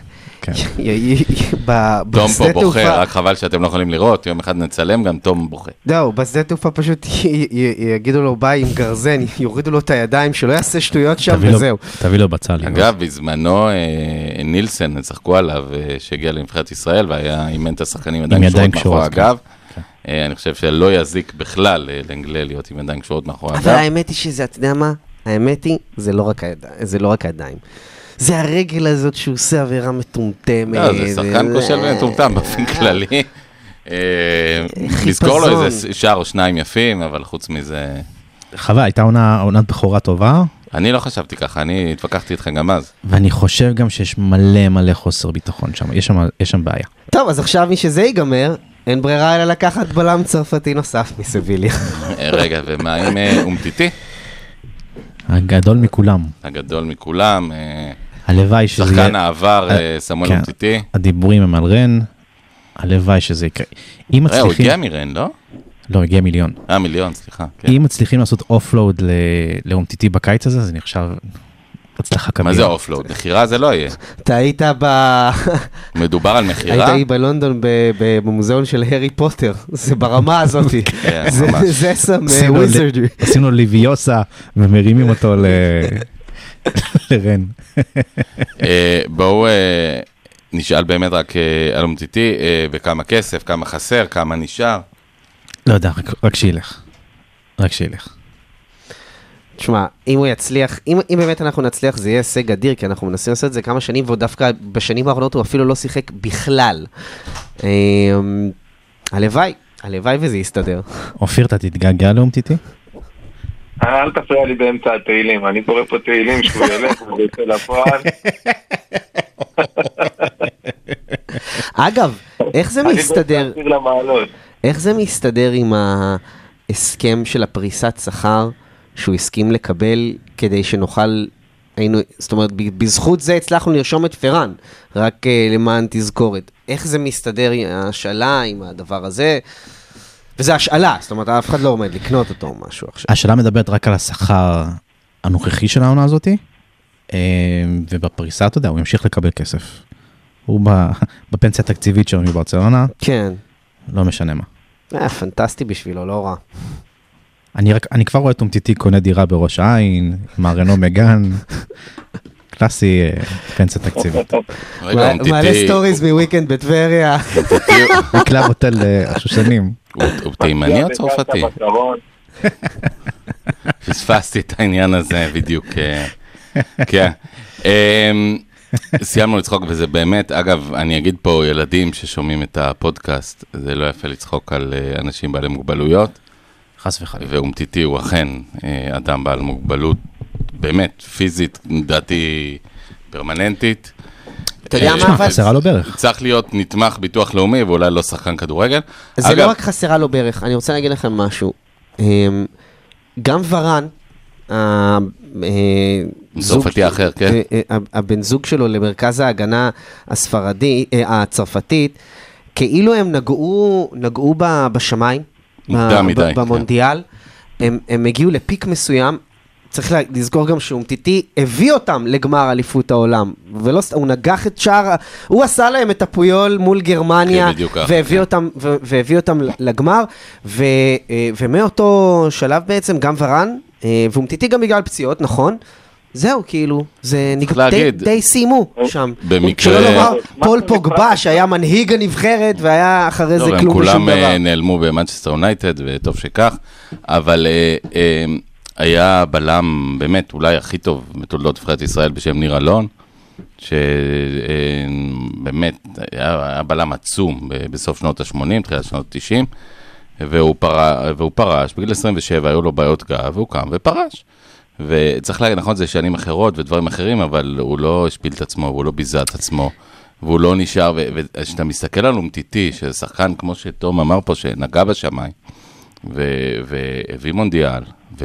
תום פה בוכה, רק חבל שאתם לא יכולים לראות, יום אחד נצלם גם תום בוכה.
זהו, בשדה תעופה פשוט יגידו לו ביי עם גרזן, יורידו לו את הידיים, שלא יעשה שטויות שם וזהו.
תביא לו בצל.
אגב, בזמנו נילסן, צחקו עליו, שהגיע לנבחרת ישראל, והיה אימן את השחקנים ידיים קשורות מאחורי הגב. אני חושב שלא יזיק בכלל לנגלה להיות עם ידיים קשורות מאחורי הגב.
אבל האמת היא שזה, אתה יודע מה? האמת היא, זה לא רק הידיים. זה הרגל הזאת שהוא עושה עבירה מטומטמת.
לא, זה שחקן כושל ומטומטם באופן כללי. נזכור לו איזה שער או שניים יפים, אבל חוץ מזה...
חווה, הייתה עונת בכורה טובה.
אני לא חשבתי ככה, אני התווכחתי איתכם גם אז.
ואני חושב גם שיש מלא חוסר ביטחון שם, יש שם בעיה.
טוב, אז עכשיו משזה ייגמר, אין ברירה אלא לקחת בלם צרפתי נוסף מסביליה.
רגע, ומה עם אומטיטי?
הגדול מכולם.
הגדול מכולם.
הלוואי שזה יהיה...
שחקן העבר, סמואל אומטיטי.
הדיבורים הם על רן, הלוואי שזה יקרה.
הוא הגיע מרן, לא?
לא, הגיע מיליון.
מיליון, סליחה.
אם מצליחים לעשות אופלואוד לאומטיטי בקיץ הזה, זה נחשב הצלחה כבירה.
מה זה אופלואוד? מחירה זה לא יהיה.
אתה היית
מדובר על מחירה?
היית בלונדון במוזיאון של הארי פוטר, זה ברמה הזאת. זה שם וויזרדי.
עשינו ליביוסה ומרימים אותו לרן.
בואו נשאל באמת רק על אומטיטי, וכמה כסף, כמה חסר, כמה נשאר.
לא יודע, רק שילך. רק שילך.
תשמע, אם הוא יצליח, אם באמת אנחנו נצליח, זה יהיה הישג אדיר, כי אנחנו מנסים לעשות את זה כמה שנים, ודווקא בשנים האחרונות הוא אפילו לא שיחק בכלל. הלוואי וזה יסתדר.
אופיר, אתה תתגעגע לאומטיטי?
אל תפריע לי באמצע התהילים, אני קורא פה תהילים שהוא ילך ויצא לפועל.
אגב, איך זה מסתדר?
אני רוצה להסביר למעלות.
איך זה מסתדר עם ההסכם של הפריסת שכר שהוא הסכים לקבל כדי שנוכל, זאת אומרת, בזכות זה הצלחנו לרשום את פרן, רק למען תזכורת. איך זה מסתדר עם השאלה, עם הדבר הזה? וזה השאלה, זאת אומרת, אף אחד לא עומד לקנות אותו או משהו עכשיו.
השאלה מדברת רק על השכר הנוכחי של העונה הזאת, ובפריסה, אתה יודע, הוא ימשיך לקבל כסף. הוא בפנסיה התקציבית שלנו בברצלונה,
כן.
לא משנה מה.
פנטסטי בשבילו, לא רע.
אני כבר רואה את אומטיטי קונה דירה בראש העין, עם הרנו מגן, קלאסי פנסיה תקציבית.
מעלה סטוריז מוויקנד בטבריה.
מקלב הוטל השושנים.
הוא תימני או צרפתי? פספסתי את העניין הזה בדיוק. כן. סיימנו לצחוק, וזה באמת, אגב, אני אגיד פה ילדים ששומעים את הפודקאסט, זה לא יפה לצחוק על אנשים בעלי מוגבלויות.
חס וחלילה.
ואומטיטי הוא אכן אדם בעל מוגבלות, באמת, פיזית, דעתי פרמננטית.
אתה יודע מה אבל?
חסרה לו ברך.
צריך להיות נתמך ביטוח לאומי, ואולי לא שחקן כדורגל.
זה לא רק חסרה לו ברך, אני רוצה להגיד לכם משהו. גם ורן,
צרפתי אחר, כן.
הבן זוג שלו למרכז ההגנה הצרפתית, כאילו הם נגעו בשמיים, במונדיאל, הם הגיעו לפיק מסוים, צריך לזכור גם שאומטיטי הביא אותם לגמר אליפות העולם, הוא נגח את שער, הוא עשה להם את הפויול מול גרמניה, והביא אותם לגמר, ומאותו שלב בעצם גם ורן, ואומטיטי גם בגלל פציעות, נכון? זהו, כאילו, זה די סיימו שם. שלא לומר, פול פוגבה, שהיה מנהיג הנבחרת, והיה אחרי זה כלום ושום דבר.
כולם נעלמו במנצ'סטר יונייטד, וטוב שכך, אבל היה בלם, באמת, אולי הכי טוב בתולדות נבחרת ישראל, בשם ניר אלון, שבאמת היה בלם עצום בסוף שנות ה-80, תחילת שנות ה-90, והוא פרש, בגיל 27 היו לו בעיות גב, והוא קם ופרש. וצריך להגיד, נכון, זה שנים אחרות ודברים אחרים, אבל הוא לא השפיל את עצמו, והוא לא ביזה את עצמו, והוא לא נשאר, וכשאתה מסתכל על אומטיטי, ששחקן, כמו שתום אמר פה, שנגע בשמיים, והביא מונדיאל,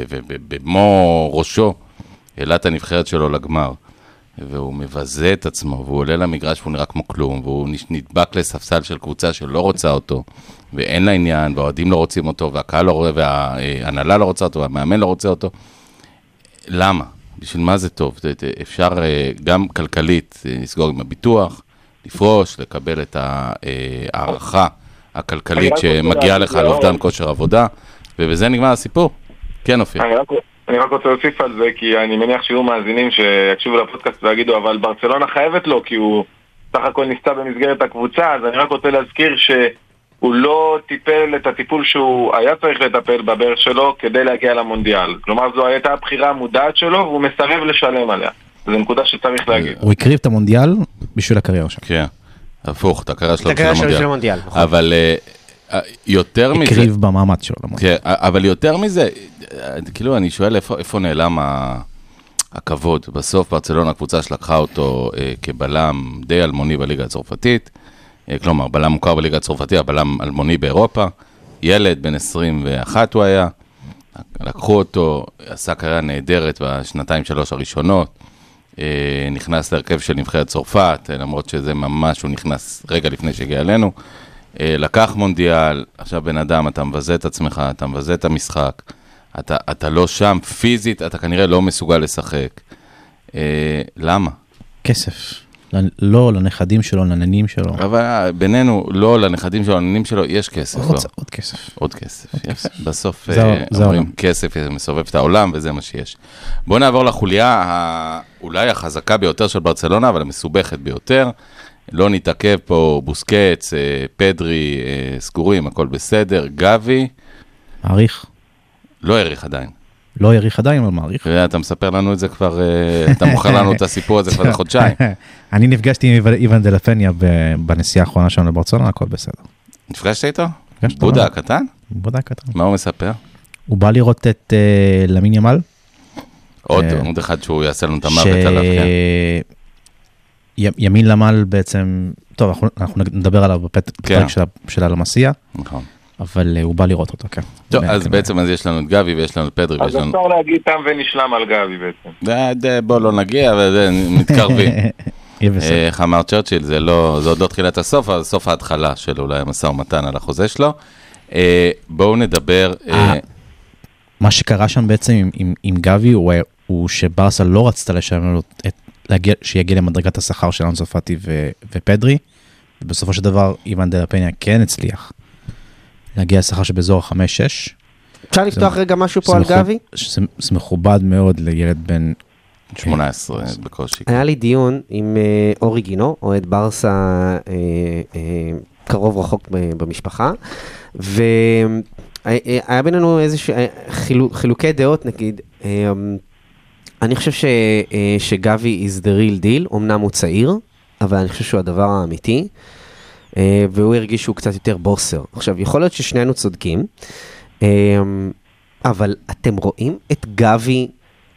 ובמו ראשו, העלה את הנבחרת שלו לגמר, והוא מבזה את עצמו, והוא עולה למגרש והוא נראה כמו כלום, והוא נדבק לספסל של קבוצה שלא רוצה אותו, ואין לה עניין, והאוהדים לא רוצים אותו, והקהל לא רואה, וההנהלה לא רוצה אותו, והמאמן לא רוצה אותו. למה? בשביל מה זה טוב? אפשר גם כלכלית לסגור עם הביטוח, לפרוש, לקבל את הערכה הכלכלית שמגיעה לך על אובדן כושר עבודה, ובזה נגמר הסיפור. כן, אופיר.
אני רק רוצה להוסיף על זה, כי אני מניח שיהיו מאזינים שיקשיבו לפודקאסט ויגידו, אבל ברצלונה חייבת לו, כי הוא סך הכל ניסתה במסגרת הקבוצה, אז אני רק רוצה להזכיר שהוא לא טיפל את הטיפול שהוא היה צריך לטפל בברך שלו כדי להגיע למונדיאל. כלומר, זו הייתה הבחירה המודעת שלו, והוא מסרב לשלם עליה. זו נקודה שצריך להגיד.
הוא הקריב את המונדיאל בשביל הקריירה שלו.
כן, הפוך, את הקריירה שלו
בשביל המונדיאל.
אבל יותר מזה...
הקריב במאמץ שלו.
כן, אבל יותר מזה, כאילו אני שואל איפה נעלם הכבוד. בסוף ברצלונה הקבוצה שלקחה אותו כבלם די אלמוני בליגה הצרפתית, כלומר, בלם מוכר בליגה הצרפתית, הבלם אלמוני באירופה, ילד בן 21 הוא היה, לקחו אותו, עשה קריירה נהדרת בשנתיים-שלוש הראשונות, נכנס להרכב של נבחרת צרפת, למרות שזה ממש, הוא נכנס רגע לפני שהגיע אלינו, לקח מונדיאל, עכשיו בן אדם, אתה מבזה את עצמך, אתה מבזה את המשחק, אתה לא שם, פיזית, אתה כנראה לא מסוגל לשחק. למה?
כסף. לא לנכדים שלו, לננים שלו.
אבל בינינו, לא לנכדים שלו, לננים שלו, יש כסף.
עוד כסף.
עוד כסף. בסוף אומרים, כסף מסובב את העולם, וזה מה שיש. בואו נעבור לחוליה אולי החזקה ביותר של ברצלונה, אבל המסובכת ביותר. לא נתעכב פה בוסקץ, פדרי, סגורים, הכל בסדר. גבי.
מעריך.
לא העריך עדיין.
לא יריך עדיין, אבל מעריך.
אתה מספר לנו את זה כבר, אתה מוכר לנו את הסיפור הזה כבר לחודשיים.
אני נפגשתי עם איוון דלפניה בנסיעה האחרונה שלנו לברצלונה, הכל בסדר.
נפגשת איתו? בודה הקטן?
בודה הקטן.
מה הוא מספר?
הוא בא לראות את למין ימל.
עוד אחד שהוא יעשה לנו את המוות עליו, כן.
ימין למל בעצם, טוב, אנחנו נדבר עליו בפרק של הלמסיה.
נכון.
אבל הוא בא לראות אותו, כן.
טוב, אז בעצם יש לנו את גבי ויש לנו את פדרי.
אז אפשר להגיד תם ונשלם על גבי בעצם.
בוא לא נגיע, מתקרבים. איך אמר צ'רצ'יל, זה עוד לא תחילת הסוף, אבל סוף ההתחלה של אולי המשא ומתן על החוזה שלו. בואו נדבר...
מה שקרה שם בעצם עם גבי הוא שברסה לא רצתה לשלם לו שיגיע למדרגת השכר של אנסו פאטי ופדרי, ובסופו של דבר איוון דלפניה כן הצליח להגיע לשכר שבאזור 5-6.
אפשר לפתוח רגע משהו פה על גבי?
זה מכובד מאוד לילד בן
18 בקושי.
היה לי דיון עם אורי גינו, אוהד ברסה קרוב רחוק במשפחה, והיה בינינו איזשהו חילוקי דעות נגיד. אני חושב שגבי is the real deal, אמנם הוא צעיר, אבל אני חושב שהוא הדבר האמיתי, והוא הרגיש שהוא קצת יותר בוסר. עכשיו, יכול להיות ששנינו צודקים, אבל אתם רואים את גבי,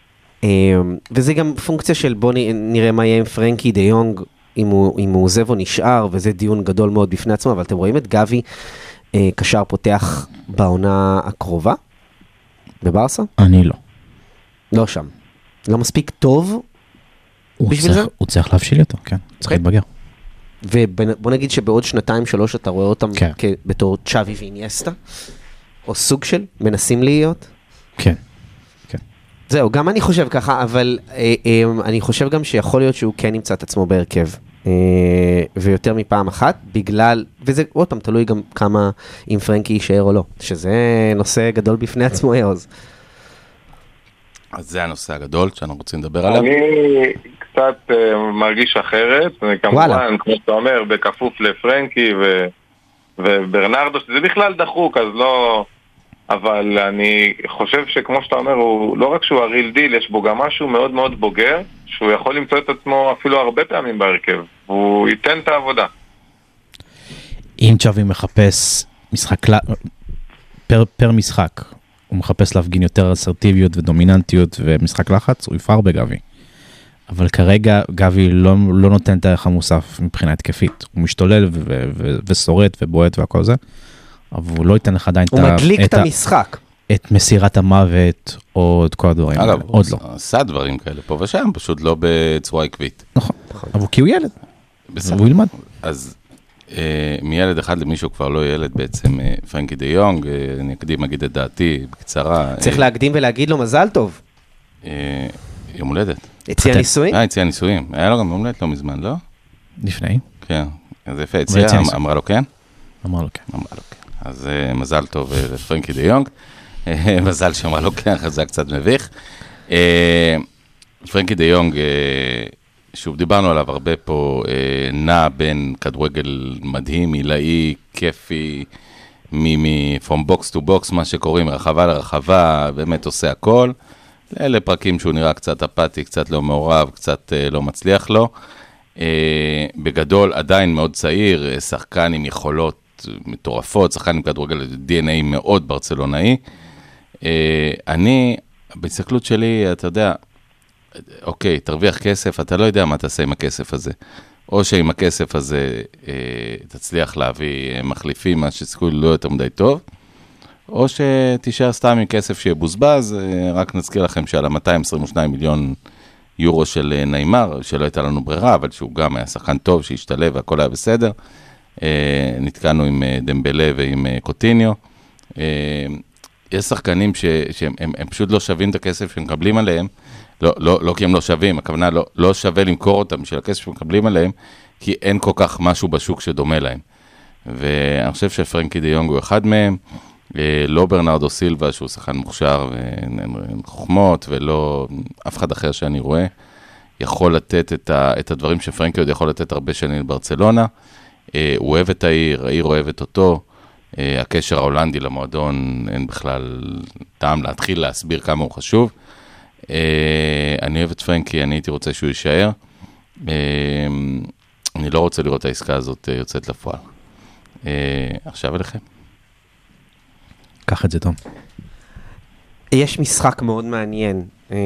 וזה גם פונקציה של בוא נראה מה יהיה עם פרנקי דה יונג, אם הוא עוזב או נשאר, וזה דיון גדול מאוד בפני עצמו, אבל אתם רואים את גבי קשר פותח בעונה הקרובה? בברסה?
אני לא.
לא שם. לא מספיק טוב בשביל זה?
הוא צריך להבשיל אותו, כן. צריך להתבגר.
ובוא נגיד שבעוד 2-3 אתה רואה אותם בתור צ'אבי ואיניאסטה, או סוג של מנסים להיות?
כן.
זהו, גם אני חושב ככה, אבל אני חושב גם שיכול להיות שהוא כן ימצא את עצמו בהרכב, ויותר מפעם אחת, בגלל, וזה עוד פעם תלוי גם כמה אם פרנקי יישאר או לא, שזה נושא גדול בפני עצמו, יעוז.
אז זה הנושא הגדול שאנחנו רוצים לדבר עליו.
אני קצת מרגיש אחרת, כמובן, כמו שאתה אומר, בכפוף לפרנקי וברנרדו, שזה בכלל דחוק, אז לא... אבל אני חושב שכמו שאתה אומר, הוא, לא רק שהוא הריל דיל, יש בו גם משהו מאוד מאוד בוגר, שהוא יכול למצוא את עצמו אפילו הרבה פעמים בהרכב. הוא ייתן את העבודה.
אם צ'אבי מחפש משחק, פר משחק, הוא מחפש להפגין יותר אסרטיביות ודומיננטיות ומשחק לחץ, הוא יפער בגבי. אבל כרגע גבי לא נותן את הערך המוסף מבחינה התקפית. הוא משתולל ושורד ובועט והכל זה, אבל הוא לא ייתן לך עדיין
הוא מדליק את המשחק.
את מסירת המוות או את כל הדברים האלה. עוד לא.
הוא עשה דברים כאלה פה ושם, פשוט לא בצורה עקבית.
נכון. אבל כי הוא ילד. הוא ילמד.
אז מילד אחד למישהו כבר לא ילד בעצם, פרנקי דה יונג, אני אקדים אגיד את דעתי בקצרה.
צריך להקדים ולהגיד לו מזל טוב.
יום הולדת.
הציע נישואים?
הציע נישואים. היה לו גם יום הולדת לא מזמן, לא?
לפני.
כן. אז יפה, הציע, אמרה לו כן?
אמרה לו כן.
אז מזל טוב לפרנקי דה יונג. מזל שאמרה לו כן, זה קצת מביך. פרנקי דה יונג, שוב דיברנו עליו הרבה פה, נע בין כדורגל מדהים, עילאי, כיפי, from box to box, מה שקוראים, מרחבה לרחבה, באמת עושה הכל. אלה פרקים שהוא נראה קצת אפאתי, קצת לא מעורב, קצת לא מצליח לו. בגדול עדיין מאוד צעיר, שחקן עם יכולות מטורפות, שחקן עם כדורגל DNA מאוד ברצלונאי. אני, בהסתכלות שלי, אתה יודע, אוקיי, תרוויח כסף, אתה לא יודע מה תעשה עם הכסף הזה. או שעם הכסף הזה תצליח להביא מחליפים, מה שסיכוי לא יותר מדי טוב, או שתישאר סתם עם כסף שיבוזבז, רק נזכיר לכם שעל ה-222 מיליון יורו של ניימר, שלא הייתה לנו ברירה, אבל שהוא גם היה שחקן טוב, שהשתלב והכל היה בסדר, נתקענו עם דמבלה ועם קוטיניו. יש שחקנים שהם פשוט לא שווים את הכסף שמקבלים עליהם, לא כי הם לא שווים, הכוונה לא שווה למכור אותם של הכסף שמקבלים עליהם, כי אין כל כך משהו בשוק שדומה להם. ואני חושב שפרנקי דה יונג הוא אחד מהם, לא ברנרדו סילבה, שהוא שחקן מוכשר וחוכמות, ולא אף אחד אחר שאני רואה, יכול לתת את הדברים שפרנקי עוד יכול לתת הרבה שנים לברצלונה. הוא אוהב את העיר אוהבת אותו, הקשר ההולנדי למועדון, אין בכלל טעם להתחיל להסביר כמה הוא חשוב. אני אוהב את פרנקי, אני הייתי רוצה שהוא יישאר. אני לא רוצה לראות את העסקה הזאת יוצאת לפועל. עכשיו אליכם.
קח את זה, תום.
יש משחק מאוד מעניין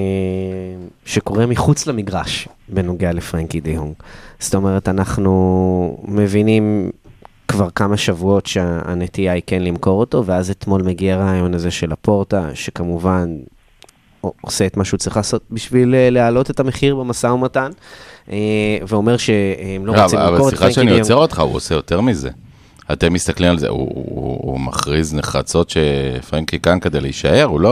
שקורה מחוץ למגרש בנוגע לפרנקי דה יונג. זאת אומרת, אנחנו מבינים כבר כמה שבועות שהנטייה היא כן למכור אותו, ואז אתמול מגיע הרעיון הזה של הפורטה, שכמובן עושה את מה שהוא צריך לעשות בשביל להעלות את המחיר במשא ומתן, ואומר שהם לא רוצים למכור את פרנקי דה יונג.
אבל סליחה שאני יוצר אותך, הוא עושה יותר מזה. אתם מסתכלים על זה, הוא מכריז נחרצות שפרנקי כאן כדי להישאר, הוא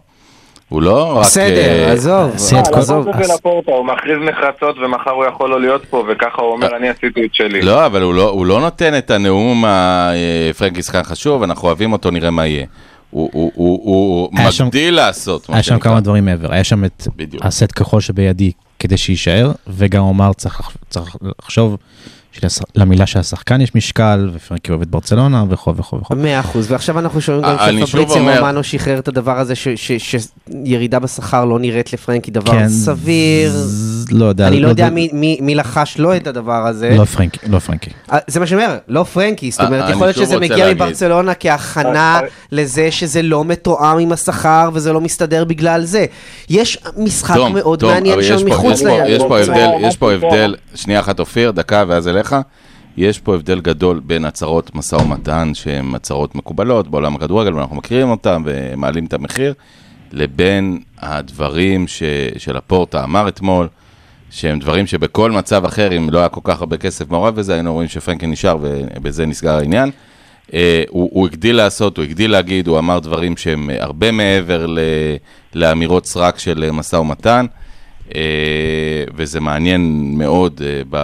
לא רק...
בסדר, עזוב.
הוא מכריז נחרצות ומחר הוא יכול לא להיות פה, וככה הוא אומר, אני עשיתי את שלי.
לא, אבל הוא לא נותן את הנאום פרנקי שחקן חשוב, אנחנו אוהבים אותו, נראה מה יהיה. הוא מגדיל לעשות.
היה שם כמה דברים מעבר, היה שם את הסט ככל שבידי כדי שיישאר, וגם אמר צריך לחשוב למילה שהשחקן יש משקל, ופרנקי אוהב את ברצלונה, וכו.
100%, ועכשיו אנחנו שומעים גם שפבריציו רומנו שחרר את הדבר הזה, שירידה בשכר לא נראית לפרנקי דבר סביר. אני לא יודע מי לחש לא את הדבר הזה.
לא פרנקי.
זה מה שאומר, לא פרנקי, זאת אומרת, יכול להיות שזה מגיע מברצלונה כהכנה לזה שזה לא מתואם עם השכר, וזה לא מסתדר בגלל זה. יש משחק מאוד מעניין שם מחוץ ליד.
יש פה הבדל, שנייה אחת אופיר, דקה ואז אליך, יש פה הבדל גדול בין הצהרות משא ומתן, שהן הצהרות מקובלות בעולם הכדורגל, ואנחנו מכירים אותם ומעלים את המחיר, לבין הדברים של הפורטה אמר אתמול, שהם דברים שבכל מצב אחר, אם לא היה כל כך הרבה כסף מעורב בזה, היינו רואים שפרנקי נשאר ובזה נסגר העניין. הוא הגדיל לעשות, הוא הגדיל להגיד, הוא אמר דברים שהם הרבה מעבר לאמירות סרק של משא ומתן, וזה מעניין מאוד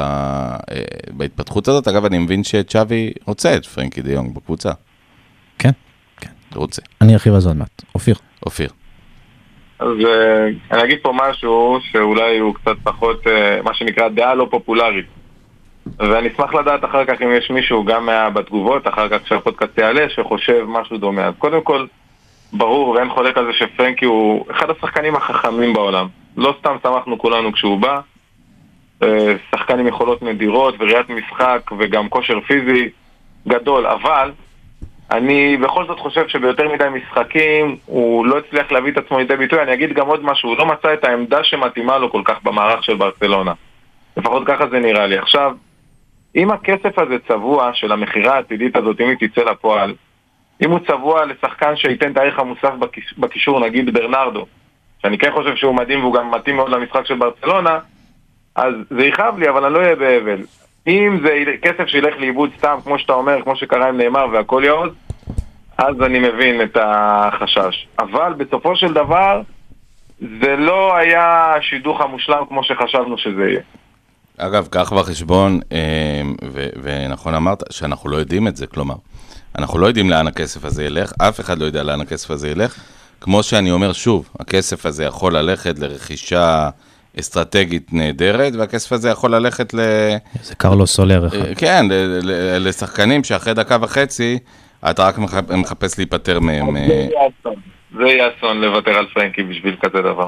בהתפתחות הזאת. אגב, אני מבין שצ'אבי רוצה את פרנקי דה יונג בקבוצה.
כן.
רוצה.
אני ארחיב על זה עוד מעט. אופיר.
אז אני אגיד פה משהו שאולי הוא קצת פחות, מה שנקרא דעה לא פופולרית. ואני אשמח לדעת אחר כך אם יש מישהו גם בתגובות, אחר כך שהפודקאסט יעלה, שחושב משהו דומה. אז קודם כל, ברור ואין חולק על זה שפרנקי הוא אחד השחקנים החכמים בעולם. לא סתם שמחנו כולנו כשהוא בא. שחקן עם יכולות נדירות וראיית משחק וגם כושר פיזי גדול, אבל אני בכל זאת חושב שביותר מדי משחקים הוא לא הצליח להביא את עצמו לידי ביטוי. אני אגיד גם עוד משהו, הוא לא מצא את העמדה שמתאימה לו כל כך במערך של ברצלונה. לפחות ככה זה נראה לי. עכשיו, אם הכסף הזה צבוע של המחירה העתידית הזאת, אם היא תצא לפועל, אם הוא צבוע לשחקן שייתן את הערך המוסף בקישור, נגיד ברנרדו, שאני כן חושב שהוא מדהים והוא גם מתאים מאוד למשחק של ברצלונה, אז זה יכאב לי, אבל אני לא אהיה באבל. אם זה כסף שילך לאיבוד סתם, כמו שאתה אומר, כמו שקרה עם נאמר והכל יעוז, אז אני מבין את החשש. אבל בסופו של דבר, זה לא היה שידוך המושלם כמו שחשבנו שזה יהיה.
אגב, כך בחשבון, ונכון אמרת, שאנחנו לא יודעים את זה, כלומר, אנחנו לא יודעים לאן הכסף הזה ילך, אף אחד לא יודע לאן הכסף הזה ילך, כמו שאני אומר שוב, הכסף הזה יכול ללכת לרכישה אסטרטגית נהדרת, והכסף הזה יכול ללכת
זה קרלוס סולר אחד.
כן, לשחקנים שאחרי דקה וחצי, אתה רק מחפש להיפטר מהם.
זה יהיה אסון לוותר על פרנקי בשביל כזה דבר.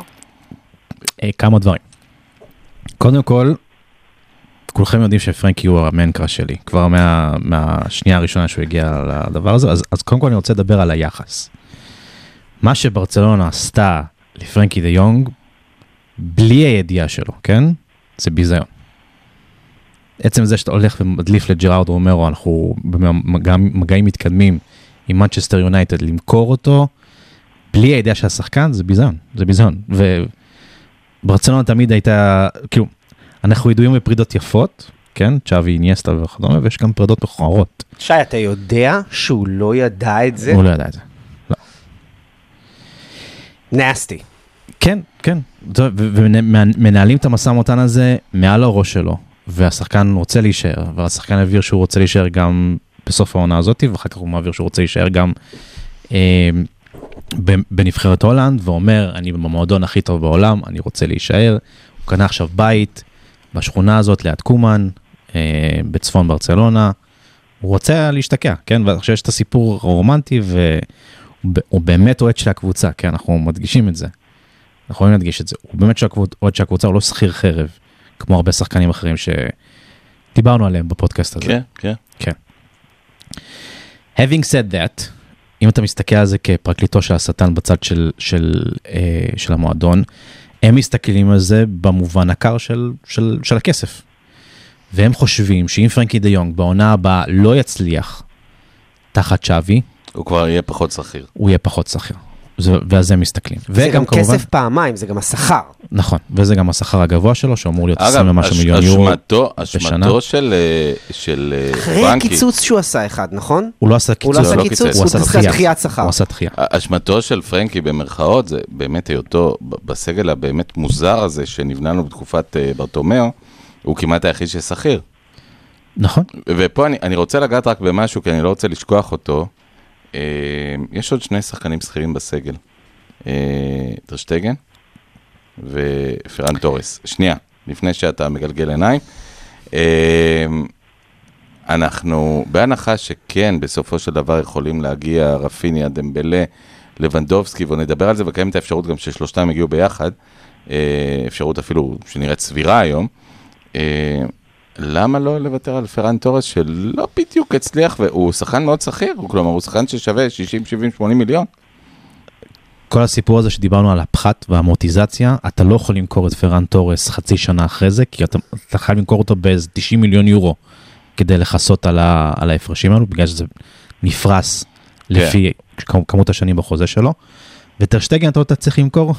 כמה דברים. קודם כל, כולכם יודעים שפרנקי הוא המנקרה שלי, כבר מהשנייה הראשונה שהוא הגיע לדבר הזה, אז קודם כל אני רוצה לדבר על היחס. מה שברצלונה עשתה לפרנקי דה יונג, בלי הידיעה שלו, כן? זה ביזיון. עצם זה שאתה הולך ומדליף לג'רארד רומרו, אנחנו במגעים מתקדמים עם מנצ'סטר יונייטד למכור אותו, בלי הידיעה של השחקן, זה ביזיון. זה ביזיון. וברצלונה תמיד הייתה, כאילו, אנחנו ידועים בפרידות יפות, כן? צ'אבי, אינייסטה וכדומה, ויש גם פרידות מכוערות.
שי, אתה יודע שהוא לא ידע את זה?
הוא לא ידע את זה. לא.
נסטי.
כן. ומנהלים את המשא ומתן הזה מעל הראש שלו, והשחקן רוצה להישאר, והשחקן הבהיר שהוא רוצה להישאר גם בסוף העונה הזאת, ואחר כך הוא מעביר שהוא רוצה להישאר גם בנבחרת הולנד, ואומר, אני במועדון הכי טוב בעולם, אני רוצה להישאר. הוא קנה עכשיו בית בשכונה הזאת ליד קומן, בצפון ברצלונה, הוא רוצה להשתקע, כן? ועכשיו יש את הסיפור הרומנטי, והוא באמת אוהד של הקבוצה, כן? אנחנו מדגישים את זה. אנחנו יכולים להדגיש את זה. הוא באמת אוהד של הקבוצה, הוא לא שכיר חרב, כמו הרבה שחקנים אחרים שדיברנו עליהם בפודקאסט הזה.
כן, כן.
כן. Having said that, אם אתה מסתכל על זה כפרקליטו של השטן בצד של המועדון, הם מסתכלים על זה במובן הקר של הכסף. והם חושבים שאם פרנקי דה יונג בעונה הבאה לא יצליח תחת צ'אבי,
הוא כבר יהיה פחות שכיר.
הוא יהיה פחות שכיר. ועל זה הם מסתכלים.
זה גם כסף פעמיים, זה גם השכר.
נכון, וזה גם השכר הגבוה שלו, שאמור להיות 20 ומשהו מיליון יורו בשנה.
אשמתו של
אחרי
פרנקי.
הקיצוץ שהוא עשה אחד, נכון?
הוא לא עשה קיצוץ,
הוא עשה דחיית שכר.
הוא עשה דחייה.
אשמתו של פרנקי במרכאות, זה באמת היותו בסגל הבאמת מוזר הזה, שנבנה לו בתקופת ברטומאו, הוא כמעט היחיד ששכיר.
נכון.
ופה אני רוצה לגעת רק במשהו, כי אני לא רוצה לשכוח אותו. יש עוד שני שחקנים שכירים בסגל. טרשטגן ופרן טורס. שנייה, לפני שאתה מגלגל עיניים. אנחנו בהנחה שכן, בסופו של דבר יכולים להגיע רפיניה, דמבלה, לבנדובסקי, ונדבר על זה, וקיימת האפשרות גם ששלושתם הגיעו ביחד. אפשרות אפילו שנראית סבירה היום. למה לא לוותר על פרן טורס שלא בדיוק הצליח, והוא שחקן מאוד שכיר, כלומר הוא שחקן ששווה 60, 70, 80 מיליון.
כל הסיפור הזה שדיברנו על הפחת והמורטיזציה, אתה לא יכול למכור את פרן טורס חצי שנה אחרי זה, כי אתה חייב למכור אותו באיזה 90 מיליון יורו, כדי לחסות על ההפרשים האלו, בגלל שזה נפרס לפי כמות השנים בחוזה שלו, וטרשטגן אתה צריך למכור,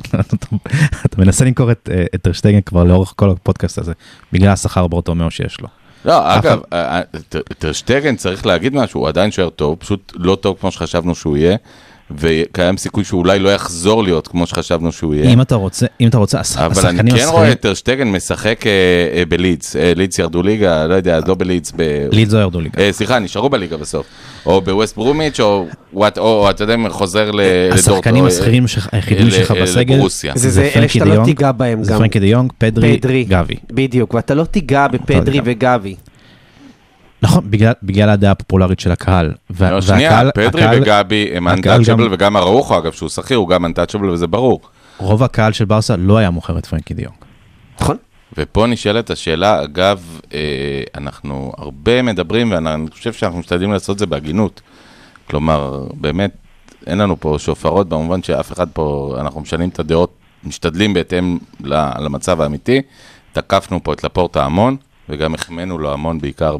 אתה מנסה למכור את טרשטגן כבר לאורך כל הפודקאסט הזה, בגלל השכר ברטומאו שיש לו.
לא, אגב, טרשטגן צריך להגיד משהו, הוא עדיין שוער טוב, פשוט לא טוב כמו שחשבנו שהוא יהיה, וקיים סיכוי שהוא אולי לא יחזור להיות כמו שחשבנו שהוא יהיה.
אם אתה רוצה,
אבל אני כן רואה את טרשטגן משחק בלידס, לידס ירדו ליגה, לא יודע, לא בלידס,
לידס לא ירדו ליגה.
סליחה, נשארו בליגה בסוף. או בווסט ברומיץ', או אתה יודע, חוזר לדורט.
השחקנים השכירים היחידים שלך בסגל,
זה אלה שאתה לא תיגע בהם גם.
זה פרנקי דה יונג, פדרי, גבי.
בדיוק, ואתה לא תיגע בפדרי וגבי.
נכון, בגלל הדעה הפופולרית של הקהל.
שנייה, פדרי וגבי הם אנטאצ'בל, וגם הראוכו, אגב, שהוא שכיר, הוא גם אנטאצ'בל, וזה ברור.
רוב הקהל של ברסה לא היה מוכר את פרנקי דה יונג.
נכון.
ופה נשאלת השאלה, אגב, אנחנו הרבה מדברים, ואני חושב שאנחנו משתדלים לעשות זה בהגינות. כלומר, באמת, אין לנו פה שופרות, במובן שאף אחד פה, אנחנו משנים את הדעות, משתדלים בהתאם למצב האמיתי. תקפנו פה את לפורטה המון, וגם החמנו לו המון בעיקר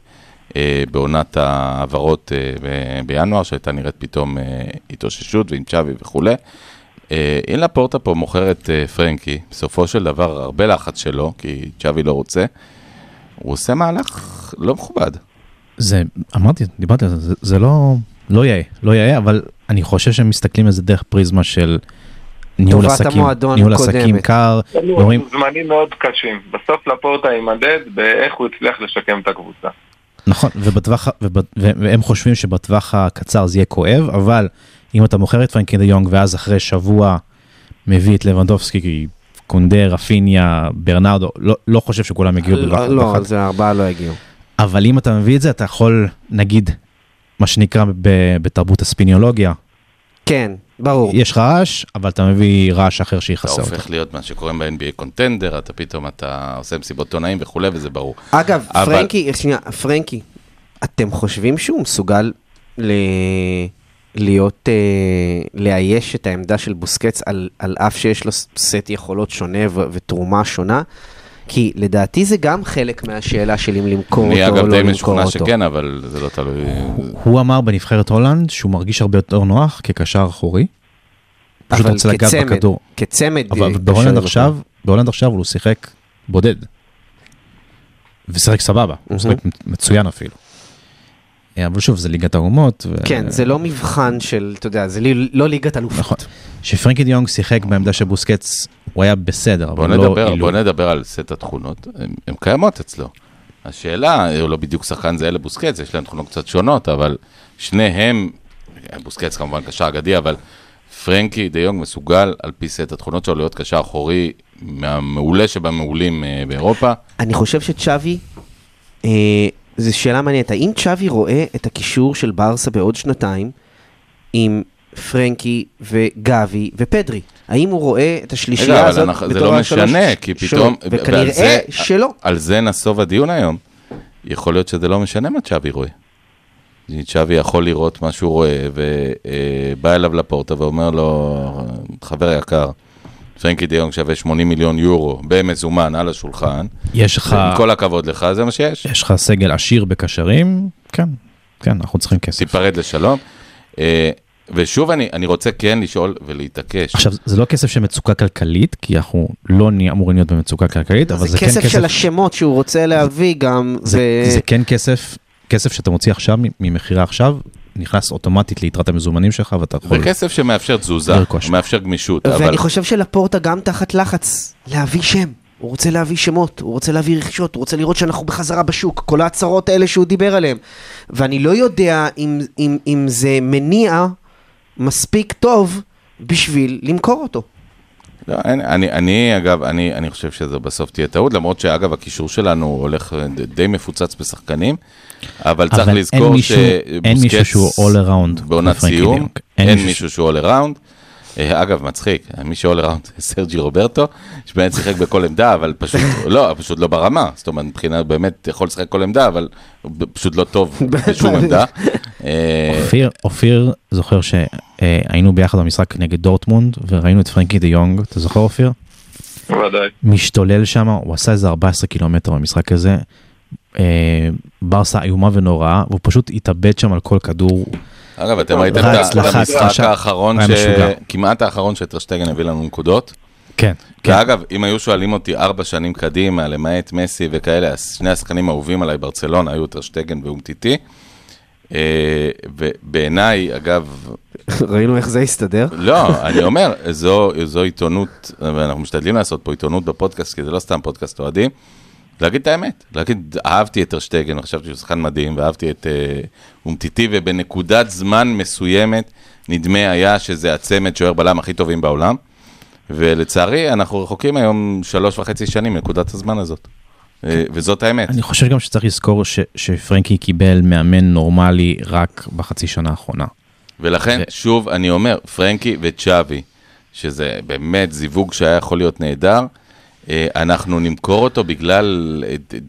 בעונת העברות בינואר, שהייתה נראית פתאום התאוששות ועם צ'אבי וכו'. אין לפורטה פה מוכר את פרנקי, בסופו של דבר הרבה לחץ שלו, כי צ'אבי לא רוצה, הוא עושה מהלך לא מכובד.
זה, דיברתי על זה, זה לא יהיה, אבל אני חושב שהם מסתכלים על זה דרך פריזמה של ניהול עסקים קר.
זמנים מאוד קשים. בסוף לפורטה יימדד באיך הוא הצליח לשקם את הקבוצה.
נכון, והם חושבים שבטווח הקצר זה יהיה כואב, אבל אם אתה מוכר את פרנקי דה יונג, ואז אחרי שבוע מביא את לבנדובסקי, קונדה, רפיניה, ברנרדו, לא חושב שכולם הגיעו בטווח אחד.
לא, זה 4 לא הגיעו.
אבל אם אתה מביא את זה, אתה יכול, נגיד, מה שנקרא בתרבות הספיניולוגיה.
כן, ברור.
יש לך רעש, אבל אתה מביא רעש אחר שיחסר אותו.
אתה הופך להיות מה שקוראים ב-NBA קונטנדר, אתה פתאום עושה מסיבות עונאים וכו', וזה ברור.
אגב, פרנקי, אתם חושבים שהוא מסוגל לאייש את העמדה של בוסקץ על אף שיש לו סט יכולות שונה ותרומה שונה? כי לדעתי זה גם חלק מהשאלה של אם למכור אותו או לא למכור אותו.
אני אגב די משוכנע שכן, אבל זה לא תלוי.
הוא אמר בנבחרת הולנד שהוא מרגיש הרבה יותר נוח כקשר אחורי. פשוט רוצה לגעת בכדור.
כצמד.
אבל בהולנד עכשיו הוא שיחק בודד. ושיחק סבבה. הוא שיחק מצוין אפילו. אבל שוב, זה ליגת האומות.
כן, זה לא מבחן של, אתה יודע, זה לא ליגת אלופות.
נכון. שפרנקי דה יונג שיחק בעמדה של בוסקץ, הוא היה בסדר, אבל לא אילו.
בוא נדבר על סט התכונות, הן קיימות אצלו. השאלה, הוא לא בדיוק שחקן זה לבוסקץ, יש להם תכונות קצת שונות, אבל שניהם, בוסקץ כמובן קשר אגדי, אבל פרנקי דה יונג מסוגל על פי סט התכונות שלו להיות קשר אחורי מהמעולה שבמעולים באירופה.
אני חושב שצ'אבי זו שאלה מעניינת, האם צ'אבי רואה את הקישור של ברסה בעוד שנתיים עם פרנקי וגבי ופדרי? האם הוא רואה את השלישייה הזאת בתור
זה לא משנה, כי פתאום,
וכנראה שלא.
על זה נסוב הדיון היום. יכול להיות שזה לא משנה מה צ'אבי רואה. צ'אבי יכול לראות מה שהוא רואה, ובא אליו לפורטה ואומר לו, חבר יקר, פרנקי דיונג שווה 80 מיליון יורו במזומן על השולחן.
יש לך...
עם כל הכבוד לך, זה מה שיש.
יש לך סגל עשיר בקשרים? כן, כן, אנחנו צריכים כסף.
תיפרד לשלום. ושוב אני רוצה כן לשאול ולהתעקש.
עכשיו, זה לא כסף של מצוקה כלכלית, כי אנחנו לא אמורים להיות במצוקה כלכלית, אבל זה כן כסף...
זה כסף של השמות שהוא רוצה להביא גם.
זה כן כסף שאתה מוציא עכשיו, ממחירה עכשיו, נכנס אוטומטית ליתרת המזומנים שלך, ואתה יכול...
זה כסף שמאפשר תזוזה, מאפשר גמישות.
ואני חושב שלפורטה גם תחת לחץ להביא שם. הוא רוצה להביא שמות, הוא רוצה להביא רכישות, הוא רוצה לראות שאנחנו בחזרה בשוק, כל ההצהרות האלה שהוא דיבר עליהן. ואני לא יודע אם זה מניע מספיק טוב בשביל למכור אותו.
לא, אגב, אני חושב שזה בסוף תהיה טעות, למרות שאגב, הקישור שלנו הולך די מפוצץ בשחקנים, אבל צריך לזכור
אין מישהו שהוא all around.
בעונת סיום, אין מישהו שהוא all around. אגב, מצחיק, מי ש-all around, סרג'י רוברטו, שבאמת שיחק בכל עמדה, אבל פשוט לא ברמה. זאת אומרת, מבחינה באמת יכול לשחק כל עמדה, אבל פשוט לא טוב בשום עמדה.
אופיר זוכר שהיינו ביחד במשחק נגד דורטמונד, וראינו את פרנקי דיונג, אתה זוכר אופיר?
ודאי.
משתולל שם, הוא עשה איזה 14 קילומטר במשחק הזה, ברסה איומה ונוראה, והוא פשוט התאבד שם על כל כדור.
אגב, אתם ראיתם את המשחק האחרון, כמעט האחרון שטרשטגן הביא לנו נקודות.
כן.
ואגב, אם היו שואלים אותי 4 שנים קדימה, למעט מסי וכאלה, שני השחקנים האהובים עליי ברצלונה, היו טרשטגן ואומטיטי. ובעיניי, אגב...
ראינו איך זה יסתדר?
לא, אני אומר, זו עיתונות, ואנחנו משתדלים לעשות פה עיתונות בפודקאסט, כי זה לא סתם פודקאסט אוהדים, להגיד את האמת, להגיד, אהבתי את טרשטגן, חשבתי שהוא שחקן מדהים, ואהבתי את אומטיטי, ובנקודת זמן מסוימת, נדמה היה שזה הצמד שוער בלם הכי טובים בעולם, ולצערי, אנחנו רחוקים היום 3.5 שנים מנקודת הזמן הזאת. וזאת האמת.
אני חושב גם שצריך לזכור שפרנקי קיבל מאמן נורמלי רק בחצי שנה האחרונה.
ולכן, שוב, אני אומר, פרנקי וצ'אבי, שזה באמת זיווג שהיה יכול להיות נהדר, אנחנו נמכור אותו בגלל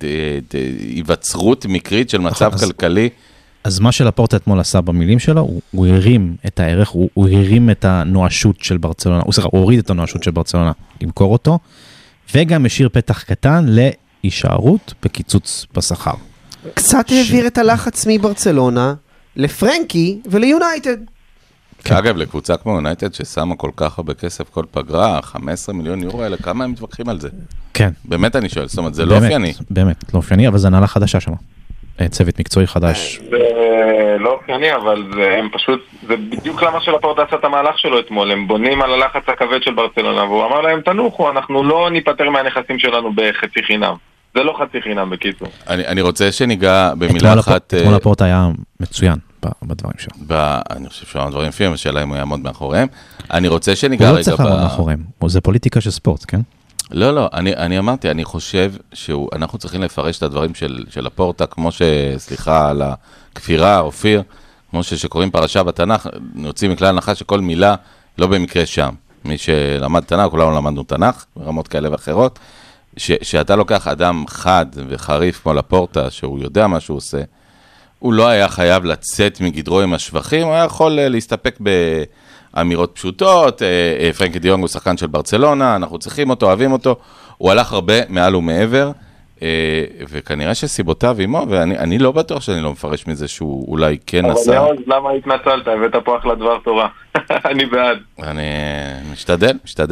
היווצרות מקרית של מצב כלכלי.
אז מה שלפורטה אתמול עשה במילים שלו, הוא הרים את הערך, הוא הרים את הנואשות של ברצלונה, הוא הוריד את הנואשות של ברצלונה, למכור אותו, וגם השאיר פתח קטן להישארות בקיצוץ בשכר.
קצת העביר את הלחץ מברצלונה לפרנקי וליונייטד.
אגב, לקבוצה כמו יונייטד ששמה כל כך הרבה כסף כל פגרה, 15 מיליון יורו האלה, כמה הם מתווכחים על זה?
כן.
באמת אני שואל, זאת אומרת, זה לא אופייני.
באמת, לא אופייני, אבל זה הנהלה חדשה שם. צוות מקצועי חדש.
זה לא אופייני, אבל הם פשוט, זה בדיוק למה שלפורטה עשה את המהלך שלו אתמול, הם בונים על הלחץ הכבד של ברצלונה, והוא אמר להם, תנוחו, אנחנו לא ניפטר מהנכסים שלנו בחצי חינם. זה לא חצי חינם בקיצור.
אני רוצה שניגע במילה אחת...
אתמול לפורטה היה מצוין בדברים שלו.
אני חושב שהוא דברים יפים, השאלה אם הוא יעמוד מאחוריהם. אני רוצה שניגע רגע...
הוא לא צריך לעמוד מאחוריהם, זה פוליטיקה של ספורט, כן?
לא, אני אמרתי, אני חושב שאנחנו צריכים לפרש את הדברים של הפורטה, כמו סליחה על הכפירה, אופיר, כמו שקוראים פרשה בתנ"ך, נוצאים מכלל הנחה שכל מילה לא במקרה שם. מי שלמד תנ"ך, כולנו למדנו תנ"ך, ברמות כאלה ואחרות, שאתה לוקח אדם חד וחריף כמו לפורטה, שהוא יודע מה שהוא עושה, הוא לא היה חייב לצאת מגדרו עם השבחים, הוא היה יכול להסתפק באמירות פשוטות, פרנקי דיונג הוא שחקן של ברצלונה, אנחנו צריכים אותו, אוהבים אותו, הוא הלך הרבה מעל ומעבר, וכנראה שסיבותיו עמו, ואני לא בטוח שאני לא מפרש מזה שהוא אולי כן עשה.
אבל למה התנצלת? הבאת פה אחלה דבר תורה. אני בעד.
אני משתדל.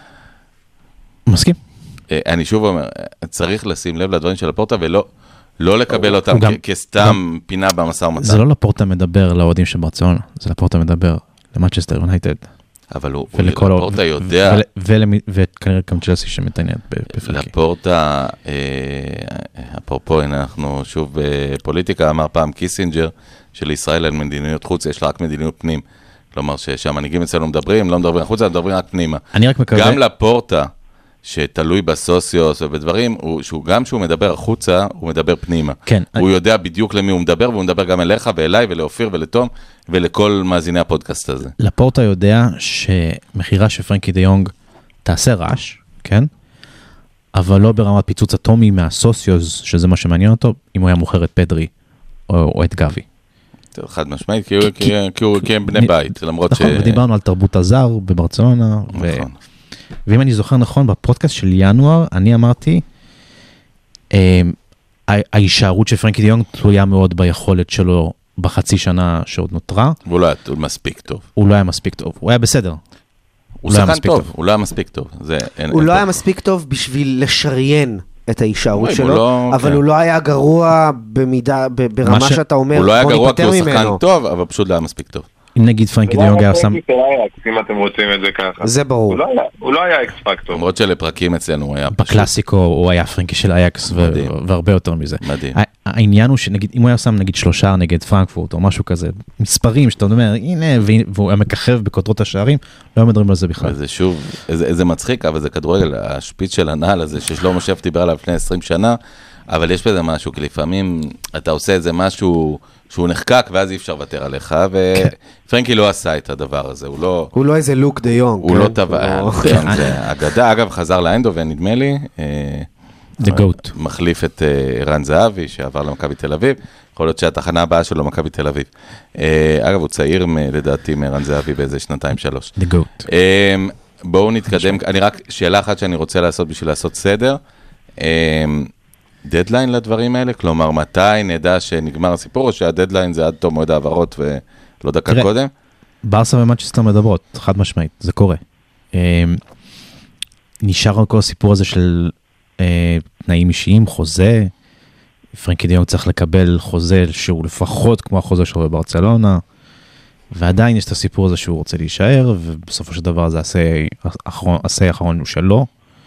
מסכים.
אני שוב אומר, צריך לשים לב לדברים של הפורטה, ולא לקבל אותם כסתם פינה במשא ומתן.
זה לא לפורטה מדבר לאוהדים של ברצלונה, זה לפורטה מדבר למנצ'סטר יונייטד.
אבל לפורטה יודע...
וכנראה גם צ'לסי שמתעניין בפרנקי.
לפורטה, אפרופו, אנחנו שוב בפוליטיקה, אמר פעם קיסינג'ר, שלישראל אין מדיניות חוץ, יש לה רק מדיניות פנים. כלומר שהמנהיגים אצלנו מדברים, לא מדברים החוצה, מדברים רק פנימה.
אני רק מקווה...
גם לפורטה שתלוי בסוציוס ובדברים, שהוא גם שהוא מדבר החוצה, הוא מדבר פנימה.
כן.
הוא יודע בדיוק למי הוא מדבר, והוא מדבר גם אליך ואליי ולאופיר ולתום, ולכל מאזיני הפודקאסט הזה.
לפורטה יודע שמחירה של פרנקי דה יונג תעשה רעש, כן? אבל לא ברמת פיצוץ אטומי מהסוציוס, שזה מה שמעניין אותו, אם הוא היה מוכר את פדרי או את גבי.
חד משמעית, כי הם בני בית, למרות
נכון, ודיברנו על תרבות הזר בברצלונה,
נכון.
ואם אני זוכר נכון, בפודקאסט של ינואר, אני אמרתי, ההישארות של פרנקי דה יונג תלויה מאוד ביכולת שלו בחצי שנה שעוד נותרה.
והוא לא היה מספיק טוב.
הוא לא היה מספיק טוב, הוא היה בסדר.
הוא שחקן טוב, הוא לא היה מספיק טוב.
הוא לא היה מספיק טוב בשביל לשריין את ההישארות שלו, אבל הוא לא היה גרוע ברמה שאתה אומר,
הוא לא היה גרוע כי הוא שחקן טוב, אבל פשוט לא היה מספיק טוב.
אם נגיד פרנקי דה יונג היה שם...
אם אתם רוצים את זה ככה.
זה ברור.
הוא לא היה אקס פקטור.
למרות שלפרקים אצלנו הוא היה פשוט.
בקלאסיקו הוא היה פרנקי של אייקס והרבה יותר מזה.
מדהים.
העניין הוא שנגיד, אם הוא היה שם נגיד 3 נגד פרנקפורט או משהו כזה, מספרים שאתה אומר, הנה, והוא היה מככב בכותרות השערים, לא מדברים על זה בכלל.
וזה שוב, איזה מצחיק, אבל זה כדורגל, השפיץ של הנעל הזה, ששלמה שף דיבר עליו לפני 20 שנה, אבל יש בזה משהו, כי לפעמים אתה עושה איזה משהו שהוא נחקק, ואז אי אפשר לוותר עליך, ופרנקי לא עשה את הדבר הזה, הוא לא
איזה לוק דה יונג.
הוא לא טבע, זה אגדה, אגב, חזר לאיינדהובן, נדמה לי,
The Goat.
מחליף את ערן זהבי, שעבר למכבי תל אביב, יכול להיות שהתחנה הבאה שלו מכבי תל אביב. אגב, הוא צעיר לדעתי מערן זהבי באיזה 2-3.
The Goat.
בואו נתקדם, אני רק, שאלה אחת שאני רוצה לעשות בשביל לעשות סדר, דדליין לדברים האלה? כלומר, מתי נדע שנגמר הסיפור, או שהדדליין זה עד תום מועד העברות ולא דקה קודם?
ברסה ומנצ'סטר מדברות, חד משמעית, זה קורה. נשאר על כל הסיפור הזה של תנאים אישיים, חוזה, פרנקי דה יונג צריך לקבל חוזה שהוא לפחות כמו החוזה שלו בברצלונה, ועדיין יש את הסיפור הזה שהוא רוצה להישאר, ובסופו של דבר זה עשה האחרון הוא שלו.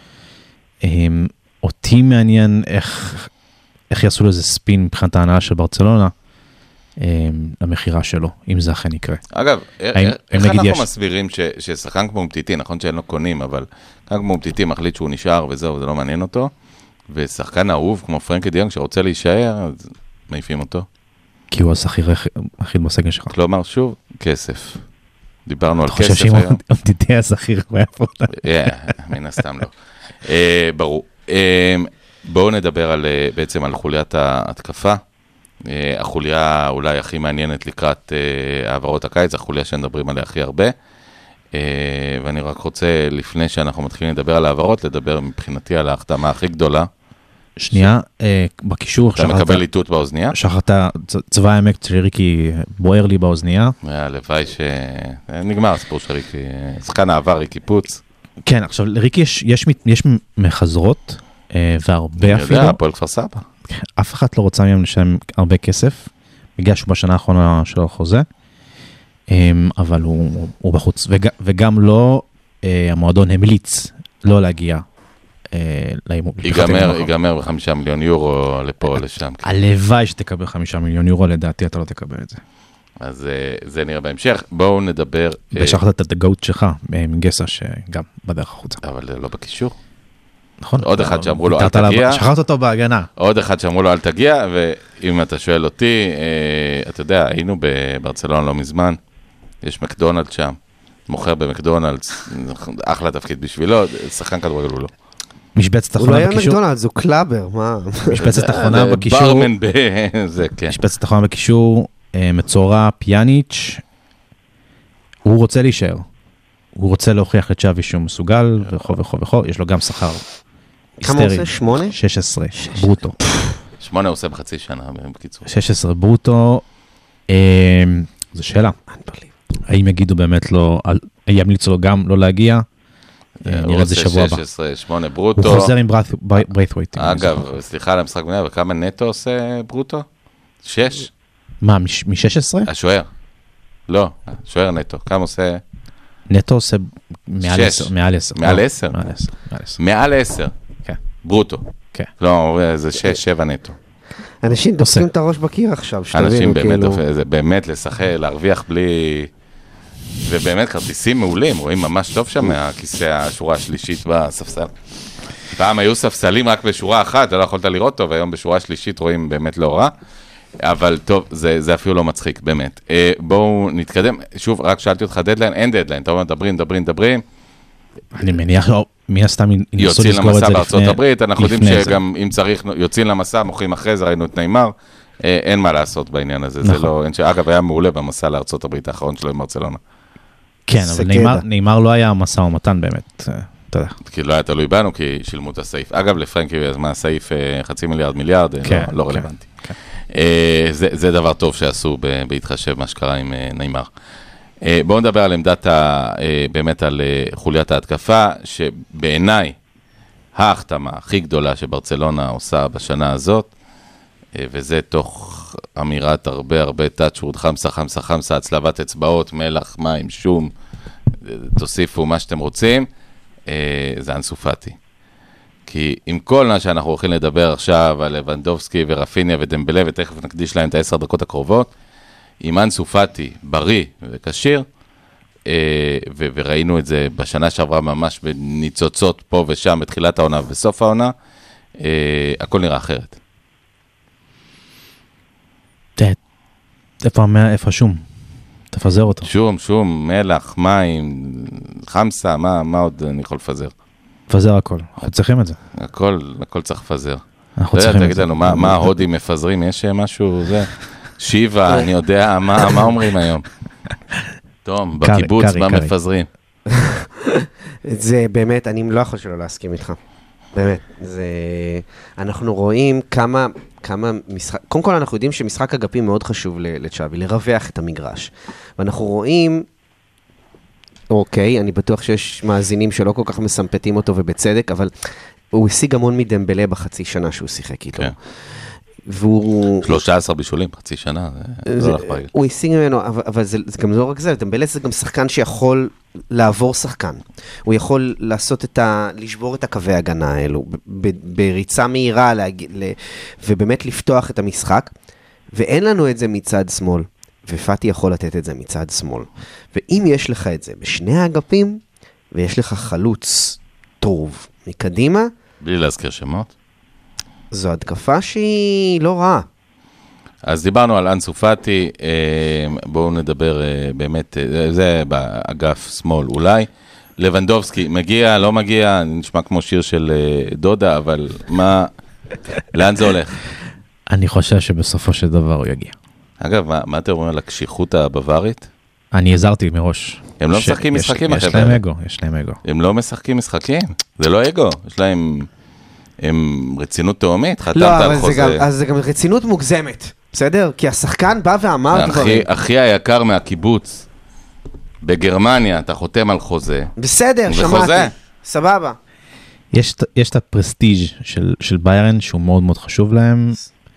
אותי מעניין איך יעשו לזה ספין מבחינת ההנהלה של ברצלונה, למחירה שלו, אם זה אכן יקרה.
אגב, איך אנחנו מסבירים ששחקן כמו אומטיטי, נכון שאין לו קונים, אבל שחקן כמו אומטיטי מחליט שהוא נשאר וזהו, זה לא מעניין אותו, ושחקן אהוב כמו פרנקי דה יונג שרוצה להישאר, אז מעיפים אותו.
כי הוא השכיר הכי בסגל שלך.
כלומר, שוב, כסף. דיברנו על כסף
היום. אתה חושב שאם אומטיטי השכיר הוא היה פה?
מן הסתם לא. ברור. בואו נדבר בעצם על חוליית ההתקפה. החוליה אולי הכי מעניינת לקראת העברות הקיץ, החוליה שנדברים עליה הכי הרבה. ואני רק רוצה, לפני שאנחנו מתחילים לדבר על העברות, לדבר מבחינתי על ההחתמה הכי גדולה.
שנייה, בקישור...
אתה מקבל איתות באוזנייה?
שכחת צבא העמק של ריקי בוער לי באוזנייה.
הלוואי נגמר הסיפור של ריקי, שחקן העבר ריקי פוץ.
כן, עכשיו לריקי יש מחזרות, והרבה אפילו.
אני יודע, הפועל כפר סבא.
אף אחד לא רוצה מהם לשלם הרבה כסף, בגלל שהוא בשנה האחרונה של החוזה, אבל הוא בחוץ, וגם לא, המועדון המליץ לא להגיע
ייגמר ב5 מיליון יורו לפה או לשם.
הלוואי שתקבל 5 מיליון יורו, לדעתי אתה לא תקבל את זה.
אז זה נראה בהמשך. בואו נדבר...
ושכחת את הגאוט שלך, מגסה, שגם בדרך החוצה.
אבל לא בקישור.
נכון.
עוד אחד שאמרו לו אל תגיע.
שכחת אותו בהגנה.
עוד אחד שאמרו לו אל תגיע, ואם אתה שואל אותי, אתה יודע, היינו בברצלונה לא מזמן, יש מקדונלד שם, מוכר במקדונלד, אחלה תפקיד בשבילו, שחקן כדורגל הוא לא.
משבצת אחרונה בקישור.
הוא לא היה מקדונלד, זו קלאבר, מה?
משבצת אחרונה בקישור.
ברמן זה, כן.
משבצת אחרונה בקישור, מצורע, פיאניץ', הוא רוצה להישאר. הוא רוצה להוכיח לצ'אבי שהוא מסוגל, וכו. יש לו גם שכר.
כמה הוא עושה? 8?
16, ברוטו.
8 עושה בחצי שנה, בקיצור.
16 ברוטו. זו שאלה. האם יגידו באמת לא, ימליצו לו גם לא להגיע? נראה את זה שבוע הבא.
16, 8 ברוטו.
הוא חוזר עם ברייתווייט.
אגב, סליחה על המשחק בניה, וכמה נטו עושה ברוטו? 6?
מה, מ-16?
השוער. לא, השוער נטו. כמה עושה?
נטו עושה מעל 10.
מעל 10? מעל 10.
כן.
ברוטו.
כן.
לא, זה 6-7 נטו.
אנשים דופקים את הראש בקיר עכשיו,
אנשים באמת, זה באמת לשחק, להרוויח בלי... ובאמת כרטיסים מעולים, רואים ממש טוב שם מהכיסא השורה השלישית בספסל. פעם היו ספסלים רק בשורה אחת, אתה לא יכולת לראות טוב, היום בשורה השלישית רואים באמת לא רע, אבל טוב, זה אפילו לא מצחיק, באמת. בואו נתקדם, שוב, רק שאלתי אותך דדליין, אין דדליין, אתה אומר, דברים.
אני מניח, מי הסתם ינסו
יוצאים
לסגור את
למסע
זה
בארצות הברית, אנחנו יודעים
לפני
שגם אם צריך, יוצאים למסע, מוכרים אחרי זה, ראינו את ניימר, אין מה לעשות בעניין הזה, זה לא, אגב, היה מעולה במסע לארצות הברית האחרון שלו עם ברצלונה.
כן, אבל ניימר לא היה מסע ומתן באמת, אתה יודע.
כי לא היה תלוי בנו, כי שילמו את הסעיף. אגב, לפרנקי, אז מה הסעיף 500 מיליארד, לא רלוונטי. זה דבר טוב שעשו בהתחשב מה שקרה עם ניימר. בואו נדבר על עמדת, באמת על חוליית ההתקפה, שבעיניי ההחתמה הכי גדולה שברצלונה עושה בשנה הזאת, וזה תוך אמירת הרבה טאצ'ורד, חמסה, הצלבת אצבעות, מלח, מים, שום, תוסיפו מה שאתם רוצים, זה אנסו פאטי. כי עם כל מה שאנחנו הולכים לדבר עכשיו על לבנדובסקי ורפיניה ודמבלה, ותכף נקדיש להם את 10 דקות הקרובות, עם אנסו פאטי בריא וקשיר, וראינו את זה בשנה שעברה ממש בניצוצות פה ושם, בתחילת העונה ובסוף העונה, הכל נראה אחרת.
איפה שום? תפזר אותו.
שום, מלח, מים, חמסה, מה עוד אני יכול לפזר?
תפזר הכל, אנחנו צריכים את זה.
הכל צריך לפזר.
אנחנו צריכים את זה.
תגיד לנו, מה ההודים מפזרים? יש משהו, זה... שיבה, אני יודע, מה אומרים היום? תום, בקיבוץ, מה מפזרים?
זה באמת, אני לא יכול שלא להסכים איתך. באמת, אנחנו רואים כמה משחק, קודם כל אנחנו יודעים שמשחק אגפים מאוד חשוב לצ'אבי, לרווח את המגרש. ואנחנו רואים, אוקיי, אני בטוח שיש מאזינים שלא כל כך מסמפטים אותו ובצדק, אבל הוא השיג המון מדמבלה בחצי שנה שהוא שיחק איתו. והוא...
13 בישולים, חצי שנה, זה לא הולך ברגל.
הוא השיג ממנו, אבל זה גם לא רק זה, דמבלה זה גם שחקן שיכול לעבור שחקן. הוא יכול לשבור את הקווי ההגנה האלו, בריצה מהירה, ובאמת לפתוח את המשחק, ואין לנו את זה מצד שמאל, ופאטי יכול לתת את זה מצד שמאל. ואם יש לך את זה בשני האגפים, ויש לך חלוץ טוב מקדימה,
בלי להזכיר שמות.
זו התקפה שהיא לא רעה.
אז דיברנו על אנסו פאטי, בואו נדבר באמת, זה באגף שמאל אולי. לבנדובסקי, מגיע, לא מגיע, נשמע כמו שיר של דודה, אבל לאן זה הולך?
אני חושב שבסופו של דבר הוא יגיע.
אגב, מה אתם אומרים על הקשיחות הבווארית?
אני הזרתי מראש.
הם לא משחקים משחקים אחרי.
יש להם אגו.
הם לא משחקים משחקים, זה לא אגו, יש להם... הם רצינות תאומית, חתמת על חוזה.
לא, אבל זה גם רצינות מוגזמת, בסדר? כי השחקן בא ואמר דברים.
אחי היקר מהקיבוץ, בגרמניה, אתה חותם על חוזה.
בסדר, שמעתי. סבבה.
יש את הפרסטיג' של ביירן, שהוא מאוד מאוד חשוב להם,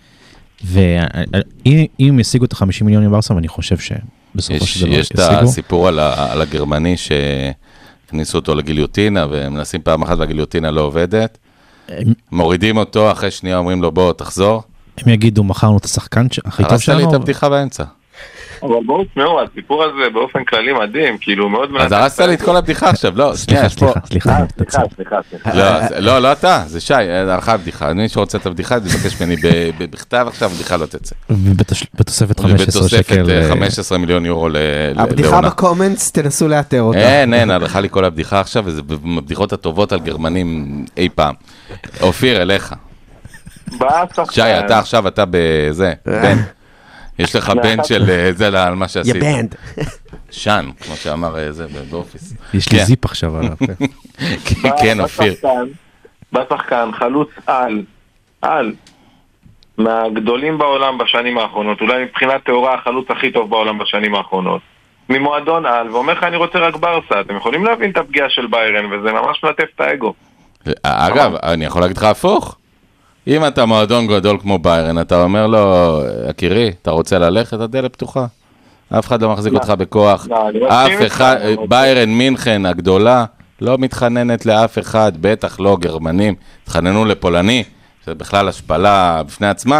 ואם הם ישיגו את 50 מיליון מברסה, ואני חושב שבסופו של דבר
ישיגו. יש את הסיפור על הגרמני, שהכניסו אותו לגיליוטינה, ומנסים פעם אחת והגיליוטינה לא עובדת, מורידים אותו, אחרי שנייה אומרים לו בוא תחזור.
הם יגידו מחרנו את השחקן הכי טוב שלנו.
הרסת לי את הבדיחה באמצע.
אבל בואו תשמעו, הסיפור הזה באופן כללי מדהים, כאילו מאוד
אז הרסת לי את כל הבדיחה עכשיו, לא,
סליחה.
לא אתה, זה שי, הלכה הבדיחה, אני שרוצה את הבדיחה, תבקש ממני בכתב עכשיו, הבדיחה לא תצא.
בתוספת 15 שקל.
בתוספת 15 מיליון יורו לעונה.
הבדיחה בקומנטס, תנסו לאתר אותה.
אין, הלכה לי כל הבדיחה עכשיו, וזה בבדיחות הטובות על גרמנים אי פעם. אופיר, אליך. שי, אתה עכשיו, אתה בזה, בן. יש לך בן של זה על מה שעשית.
בנד.
שן, כמו שאמר זה באופיס.
יש לי זיפ עכשיו עליו.
כן, אופיר.
בשחקן, חלוץ על, מהגדולים בעולם בשנים האחרונות, אולי מבחינת תיאורה החלוץ הכי טוב בעולם בשנים האחרונות. ממועדון על, ואומר לך אני רוצה רק ברסה, אתם יכולים להבין את הפגיעה של ביירן, וזה ממש מלטף את האגו.
אגב, אני יכול להגיד לך הפוך. אם אתה מועדון גדול כמו ביירן, אתה אומר לו, יקירי, אתה רוצה ללכת, הדלת פתוחה. אף אחד לא מחזיק אותך בכוח. אף אחד, ביירן מינכן הגדולה, לא מתחננת לאף אחד, בטח לא גרמנים, התחננו לפולני, שזה בכלל השפלה בפני עצמה,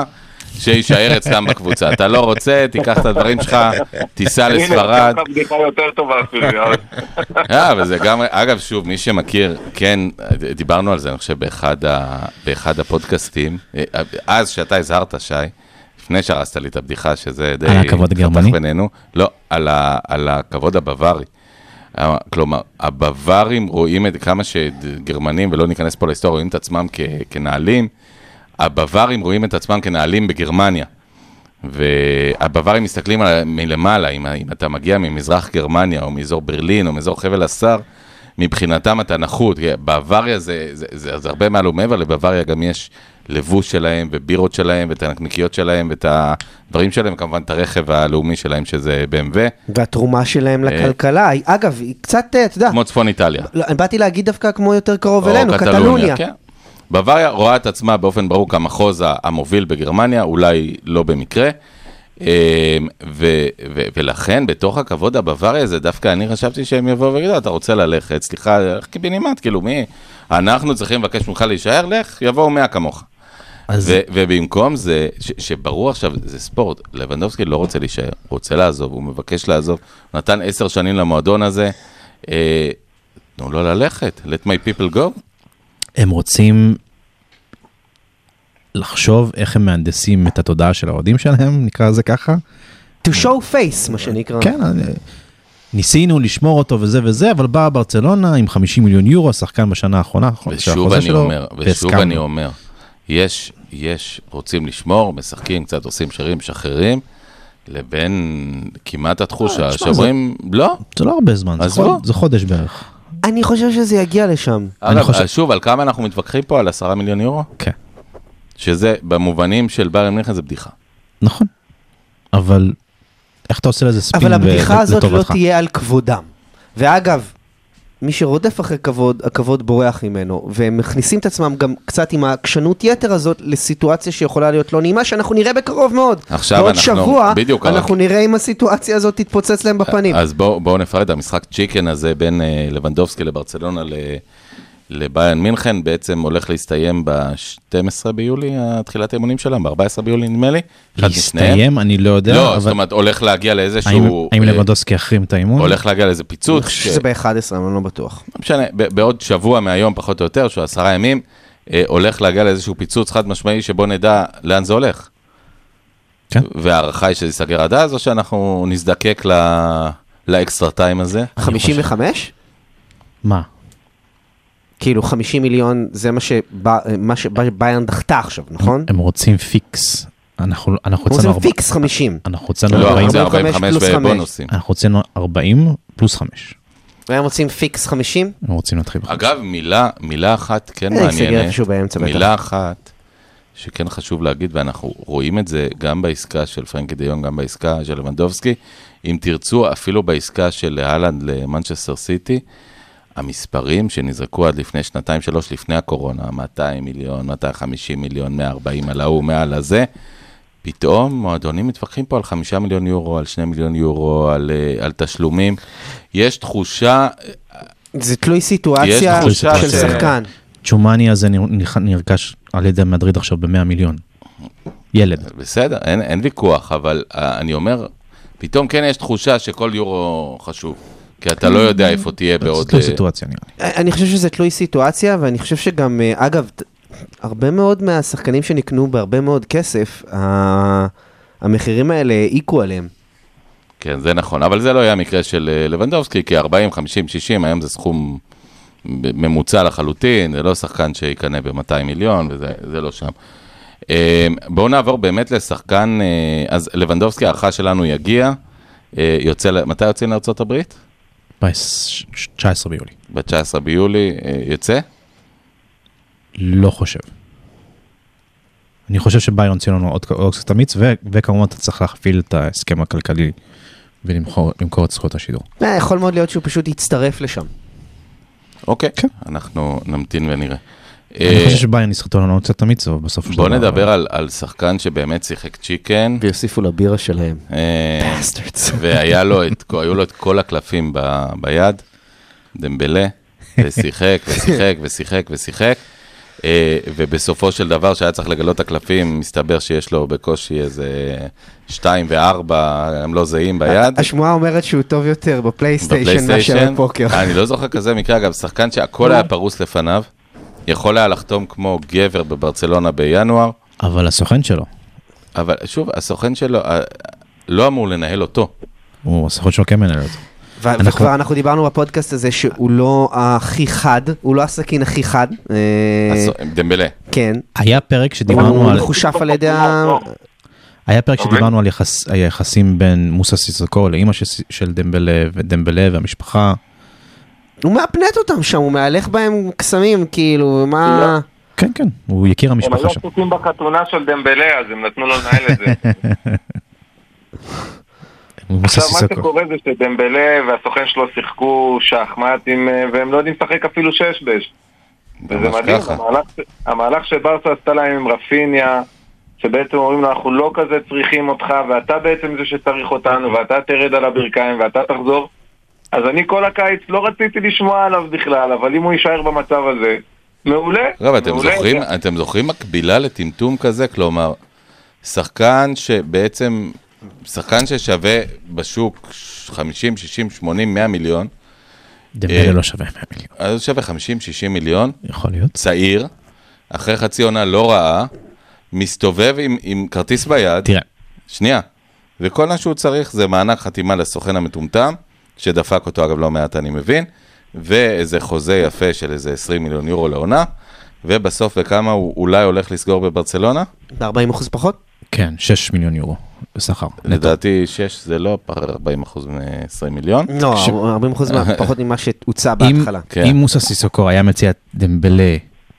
שישאר אצלם בקבוצה. אתה לא רוצה, תיקח את הדברים שלך, תיסע לספרד.
הנה, תיקח בדיחה יותר טובה אפילו.
וזה גם, אגב, שוב, מי שמכיר, כן, דיברנו על זה, אני חושב, באחד הפודקאסטים, אז שאתה הזהרת, שי, לפני שהרסת לי את הבדיחה, שזה די...
על הכבוד הגרמני?
בינינו, לא, על הכבוד הבווארי. כלומר, הבווארים רואים את כמה שגרמנים, ולא ניכנס פה להיסטוריה, רואים את עצמם כנעלים, הבווארים רואים את עצמם כנעלים בגרמניה. והבווארים מסתכלים מלמעלה, אם אתה מגיע ממזרח גרמניה, או מאזור ברלין, או מאזור חבל הסאר, מבחינתם אתה נחות. בוואריה זה הרבה מעל ומעבר, לבוואריה גם יש לבוש שלהם, ובירות שלהם, ואת הנקניקיות שלהם, ואת הדברים שלהם, וכמובן את הרכב הלאומי שלהם, שזה BMW.
והתרומה שלהם לכלכלה, אגב, היא קצת, אתה יודע...
כמו צפון איטליה.
אני באתי להגיד דווקא כמו יותר קרוב אלינו, קטלוניה.
כן. בוואריה רואה את עצמה באופן ברור כמחוז המוביל בגרמניה, אולי לא במקרה, ולכן בתוך הכבוד הבוואריה זה דווקא אני חשבתי שהם יבואו ויגידו, אתה רוצה ללכת, סליחה, קיבינימט, כאילו מי? אנחנו צריכים לבקש ממך להישאר, לך, יבואו 100 כמוך. ובמקום זה, שברור עכשיו, זה ספורט, לבנדובסקי לא רוצה להישאר, רוצה לעזוב, הוא מבקש לעזוב, נתן 10 שנים למועדון הזה, תנו לו ללכת, let my people go.
הם רוצים לחשוב איך הם מהנדסים את התודעה של האוהדים שלהם, נקרא זה ככה.
To show face, מה שנקרא.
כן, ניסינו לשמור אותו וזה וזה, אבל באה ברצלונה עם 50 מיליון יורו, השחקן בשנה האחרונה.
ושוב אני אומר, יש רוצים לשמור, משחקים קצת, עושים שרים, שחררים, לבין כמעט התחושה, שאומרים, לא.
זה לא הרבה זמן, זה חודש בערך.
אני חושב שזה יגיע לשם.
שוב, על כמה אנחנו מתווכחים פה? על 10 מיליון יורו?
כן.
שזה במובנים של ביירן מינכן זה בדיחה.
נכון. אבל איך אתה עושה לזה ספין לטובתך?
אבל הבדיחה הזאת לא תהיה על כבודם. ואגב, מי שרודף אחרי כבוד, הכבוד בורח ממנו, והם מכניסים את עצמם גם קצת עם העקשנות יתר הזאת לסיטואציה שיכולה להיות לא נעימה, שאנחנו נראה בקרוב מאוד.
ועוד שבוע,
אנחנו נראה אם הסיטואציה הזאת תתפוצץ להם בפנים.
אז בואו נפרד, המשחק צ'יקן הזה בין לבנדובסקי לברצלונה לביירן מינכן, בעצם הולך להסתיים ב-12 ביולי, תחילת האימונים שלהם, ב-14 ביולי נדמה לי.
להסתיים, אני לא יודע.
לא, זאת אומרת, הולך להגיע לאיזשהו...
האם לבנדובסקי יחרים את האימון?
הולך להגיע לאיזה פיצוץ.
אני חושב שזה ב-11, אני לא בטוח.
לא משנה, בעוד שבוע מהיום, פחות או יותר, שהוא 10 ימים, הולך להגיע לאיזשהו פיצוץ חד משמעי, שבו נדע לאן זה הולך.
כן.
והערכה היא שזה ייסגר עד אז, או שאנחנו נזדקק לאקסטרה טיים הזה.
55?
מה?
כאילו 50 מיליון, זה מה שביירן דחתה עכשיו, נכון?
הם רוצים פיקס. אנחנו
רוצים פיקס 50.
אנחנו רוצים
לא, 45 ובונוסים.
אנחנו רוצים 40 פלוס 5.
והם רוצים פיקס 50?
הם רוצים להתחיל ב-50.
אגב, מילה אחת כן מעניינת. מילה אחת שכן חשוב להגיד, ואנחנו רואים את זה גם בעסקה של פרנקי דיון, גם בעסקה של לבנדובסקי. אם תרצו, אפילו בעסקה של הלנד למנצ'סטר סיטי, המספרים שנזרקו עד לפני 2-3 לפני הקורונה, 200 מיליון, 250 מיליון, 140 על ההוא, מעל הזה, פתאום מועדונים מתווכחים פה על 5 מיליון יורו, על 2 מיליון יורו, על תשלומים. יש תחושה...
זה תלוי סיטואציה של שחקן.
צ'ומני הזה נרכש על ידי מדריד עכשיו ב100 מיליון. ילד.
בסדר, אין ויכוח, אבל אני אומר, פתאום כן יש תחושה שכל יורו חשוב. כי אתה לא יודע איפה תהיה בעוד...
זה תלוי סיטואציה, נראה לי.
אני חושב שזה תלוי סיטואציה, ואני חושב שגם, אגב, הרבה מאוד מהשחקנים שנקנו בהרבה מאוד כסף, המחירים האלה העיקו עליהם.
כן, זה נכון, אבל זה לא היה המקרה של לבנדובסקי, כי 40, 50, 60, היום זה סכום ממוצע לחלוטין, זה לא שחקן שיקנה ב-200 מיליון, וזה לא שם. בואו נעבור באמת לשחקן, אז לבנדובסקי, הערכה שלנו יגיע, מתי יוצאים לארצות הברית?
ב-19 ביולי.
ב-19 ביולי יוצא?
לא חושב. אני חושב שביירן ציין לנו עוד קצת אמיץ, וכמובן אתה צריך להכפיל את ההסכם הכלכלי ולמכור את זכויות השידור.
יכול מאוד להיות שהוא פשוט יצטרף לשם.
אוקיי, אנחנו נמתין ונראה.
אני חושב שביירן יסחטו לנו קצת אמיץ, אבל בסוף...
בוא נדבר על שחקן שבאמת שיחק צ'יקן.
ויוסיפו לבירה שלהם. בסטרדס.
והיו לו את כל הקלפים ביד, דמבלה, ושיחק, ושיחק, ושיחק, ושיחק. ובסופו של דבר שהיה צריך לגלות את הקלפים, מסתבר שיש לו בקושי איזה 2 ו4, הם לא זהים ביד.
השמועה אומרת שהוא טוב יותר בפלייסטיישן מאשר בפוקר.
אני לא זוכר כזה מקרה, אגב, שחקן שהכל היה פרוס לפניו, יכול היה לחתום כמו גבר בברצלונה בינואר.
אבל הסוכן שלו.
אבל שוב, הסוכן שלו לא אמור לנהל אותו.
הסוכן שלו כן מנהל אותו.
וכבר אנחנו דיברנו בפודקאסט הזה שהוא לא הכי חד, הוא לא הסכין הכי חד.
דמבלה.
כן.
היה פרק שדיברנו על...
הוא חושף על ידי
היה פרק שדיברנו על היחסים בין מוסא סיסוקו לאמא של דמבלה ודמבלה והמשפחה.
הוא מאפנט אותם שם, הוא מהלך בהם קסמים, כאילו, מה...
כן, כן, הוא יכיר המשפחה שם.
הם היו עסוקים בחתונה של דמבלה, אז הם נתנו לו לנהל את זה. עכשיו, מה שקורה זה שדמבלה והסוכן שלו שיחקו שחמטים, והם לא יודעים לשחק אפילו שש-בש. וזה מדהים, המהלך שברסה עשתה להם עם רפיניה, שבעצם אומרים לו, אנחנו לא כזה צריכים אותך, ואתה בעצם זה שצריך אותנו, ואתה תרד על הברכיים, ואתה תחזור. אז אני כל הקיץ לא רציתי לשמוע עליו בכלל, אבל אם הוא יישאר במצב הזה, מעולה.
רב, אתם זוכרים מקבילה לטמטום כזה? כלומר, שחקן שבעצם, שחקן ששווה בשוק 50, 60, 80, 100 מיליון.
דמבלה לא שווה 100 מיליון.
אז הוא שווה 50, 60 מיליון.
יכול להיות.
צעיר, אחרי חצי עונה לא רעה, מסתובב עם כרטיס ביד.
תראה.
שנייה. וכל מה שהוא צריך זה מענק חתימה לסוכן המטומטם, שדפק אותו אגב לא מעט אני מבין, ואיזה חוזה יפה של איזה 20 מיליון יורו לעונה, ובסוף וכמה הוא אולי הולך לסגור בברצלונה?
ב-40% פחות?
כן, 6 מיליון יורו בשכר.
לדעתי 6 זה לא 40% מ-20 מיליון.
לא, 40% פחות ממה שהוצא בהתחלה.
אם מוסא סיסוקו היה מציע דמבלה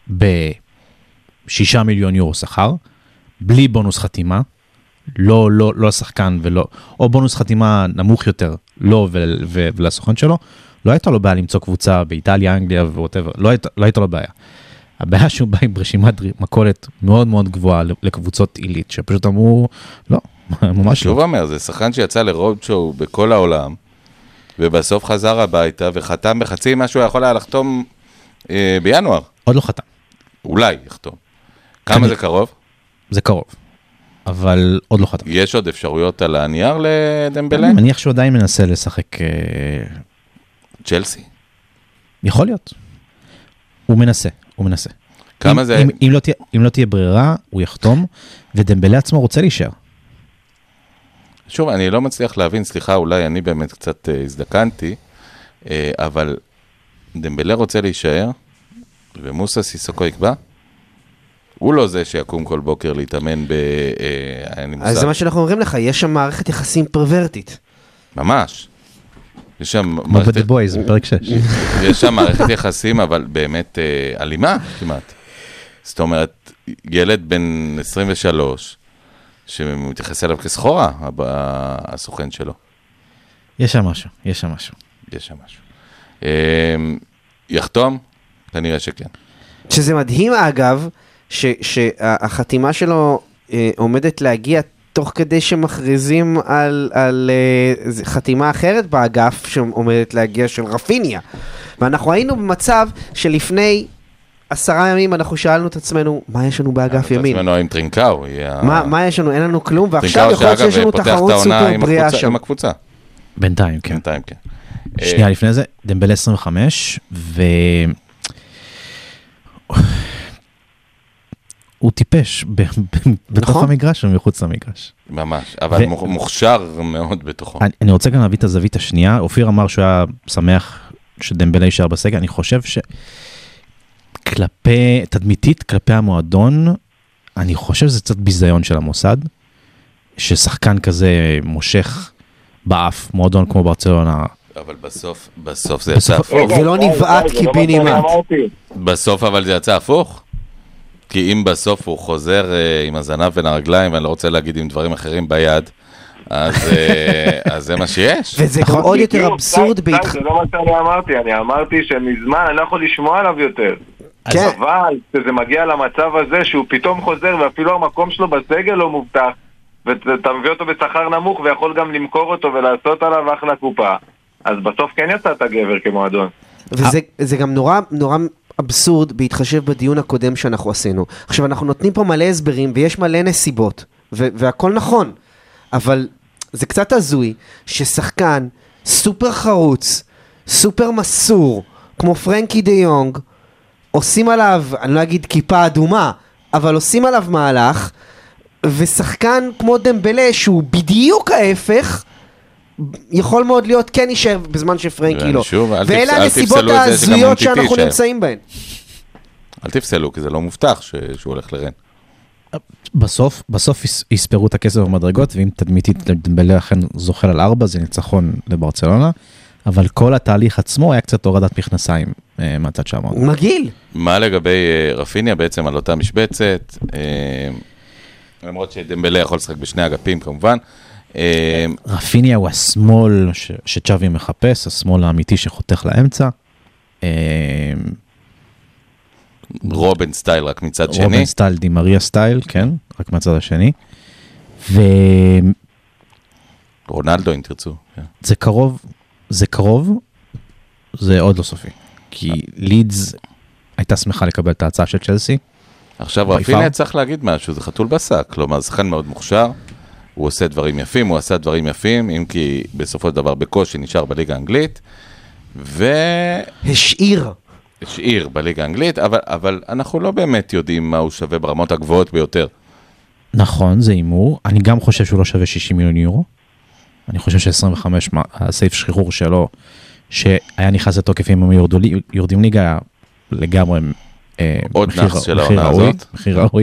ב6 מיליון יורו שכר, בלי בונוס חתימה, לא השחקן ולא, או בונוס חתימה נמוך יותר, לא ולסוכן שלו, לא הייתה לו בעיה למצוא קבוצה באיטליה, אנגליה ווואטאבר, לא הייתה לו בעיה. הבעיה שהוא בא עם רשימת מכולת מאוד מאוד גבוהה לקבוצות עילית, שפשוט אמרו, לא, ממש לא.
שוב אומר, זה שחקן שיצא לרוד שואו בכל העולם, ובסוף חזר הביתה וחתם בחצי מה שהוא יכול היה לחתום בינואר.
עוד לא חתם.
אולי יחתום. כמה זה קרוב?
זה קרוב. אבל עוד לא חתם.
יש עוד אפשרויות על הנייר לדמבלה?
אני מניח שהוא עדיין מנסה לשחק...
צ'לסי?
יכול להיות. הוא מנסה.
כמה זה...
אם לא תהיה ברירה, הוא יחתום, ודמבלה עצמו רוצה להישאר.
שוב, אני לא מצליח להבין, סליחה, אולי אני באמת קצת הזדקנתי, אבל דמבלה רוצה להישאר, ומוסא סיסוקו יקבע? הוא לא זה שיקום כל בוקר להתאמן
אז זה מה שאנחנו אומרים לך, יש שם מערכת יחסים פרוורטית.
ממש. יש שם
כמו ב"דה בויז", בפרק 6.
יש שם מערכת יחסים, אבל באמת אלימה כמעט. זאת אומרת, ילד בן 23, שמתייחס אליו כסחורה, הסוכן שלו.
יש שם משהו.
יחתום? כנראה שכן.
שזה מדהים אגב, שהחתימה שלו עומדת להגיע תוך כדי שמכריזים על חתימה אחרת באגף שעומדת להגיע של רפיניה. ואנחנו היינו במצב שלפני 10 ימים אנחנו שאלנו את עצמנו, מה יש לנו באגף ימין?
את עצמנו עם טרינקאו.
מה יש לנו? אין לנו כלום, ועכשיו יכול להיות שיש לנו תחרות סופר בריאה שם.
עם הקבוצה.
בינתיים, כן.
בינתיים, כן.
שנייה לפני זה, דמבלה 25, הוא טיפש בתוך המגרש ומחוץ למגרש.
ממש, אבל מוכשר מאוד בתוכו.
אני רוצה גם להביא את הזווית השנייה. אופיר אמר שהוא היה שמח שדמבלה יישאר בסגל. אני חושב שכלפי, תדמיתית, כלפי המועדון, אני חושב שזה קצת ביזיון של המוסד, ששחקן כזה מושך באף, מועדון כמו ברצלונה.
אבל בסוף זה יצא הפוך.
זה לא נבעט קיבינימט.
בסוף אבל זה יצא הפוך. כי אם בסוף הוא חוזר עם הזנב בין הרגליים, ואני לא רוצה להגיד עם דברים אחרים ביד, אז זה מה שיש.
וזה גם עוד יותר אבסורד
זה לא מה שאני אמרתי, אני אמרתי שמזמן אני לא יכול לשמוע עליו יותר. אבל כשזה מגיע למצב הזה שהוא פתאום חוזר, ואפילו המקום שלו בסגל לא מובטח, ואתה מביא אותו בשכר נמוך, ויכול גם למכור אותו ולעשות עליו אחלה קופה, אז בסוף כן יצאת גבר כמועדון.
וזה גם נורא אבסורד בהתחשב בדיון הקודם שאנחנו עשינו. עכשיו, אנחנו נותנים פה מלא הסברים, ויש מלא נסיבות, והכל נכון, אבל זה קצת הזוי, ששחקן סופר חרוץ, סופר מסור, כמו פרנקי דה יונג, עושים עליו, אני לא אגיד כיפה אדומה, אבל עושים עליו מהלך, ושחקן כמו דמבלה, שהוא בדיוק ההפך, יכול מאוד להיות כן יישאר בזמן שפרנקי לא. ואלה הנסיבות ההזויות שאנחנו נמצאים בהן.
אל תפסלו, כי זה לא מובטח שהוא הולך לרן.
בסוף יספרו את הכסף במדרגות, ואם תדמיתית דמבלה אכן זוכל על 4, זה ניצחון לברצלונה, אבל כל התהליך עצמו היה קצת הורדת מכנסיים מהצד שאמרת.
מגעיל.
מה לגבי רפיניה בעצם על אותה משבצת, למרות שדמבלה יכול לשחק בשני אגפים כמובן.
רפיניה הוא השמאל שצ'אבי מחפש, השמאל האמיתי שחותך לאמצע.
רובן סטייל רק מצד שני.
רובן סטייל, דימריה סטייל, כן, רק מהצד השני.
רונלדו אם תרצו.
זה קרוב, זה עוד לא סופי. כי לידס הייתה שמחה לקבל את ההצעה של צ'לסי.
עכשיו רפיניה צריך להגיד משהו, זה חתול בשק, כלומר שחקן מאוד מוכשר, הוא עושה דברים יפים, הוא עשה דברים יפים, אם כי בסופו של דבר בקושי נשאר בליגה האנגלית, השאיר בליגה האנגלית, אבל אנחנו לא באמת יודעים מה הוא שווה ברמות הגבוהות ביותר.
נכון, זה אימור. אני גם חושב שהוא לא שווה 60 מיליון יורו. אני חושב ש-25, הסעיף שחרור שלו, שהיה נכנס לתוקף אם הם יורדים ליגה, היה לגמרי
עוד נחס של העונה הזאת.
מחיר ראוי.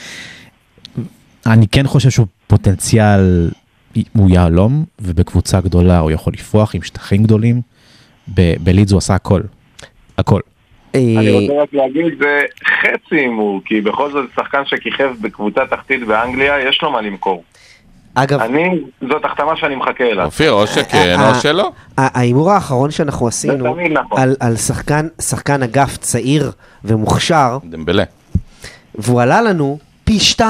אני כן חושב שהוא פוטנציאל, הוא יעלום, ובקבוצה גדולה הוא יכול לפרוח עם שטחים גדולים. בלידס הוא עשה הכל.
אני רוצה רק להגיד, זה חצי אימור, כי בכל זאת שחקן שכיכב בקבוצה תחתית באנגליה, יש לו מה למכור.
אגב,
זאת החתמה שאני מחכה אליו.
אופיר, או שכן או שלא.
האימור האחרון שאנחנו עשינו, על שחקן אגף צעיר ומוכשר,
דמבלה.
והוא עלה לנו פי 2.5.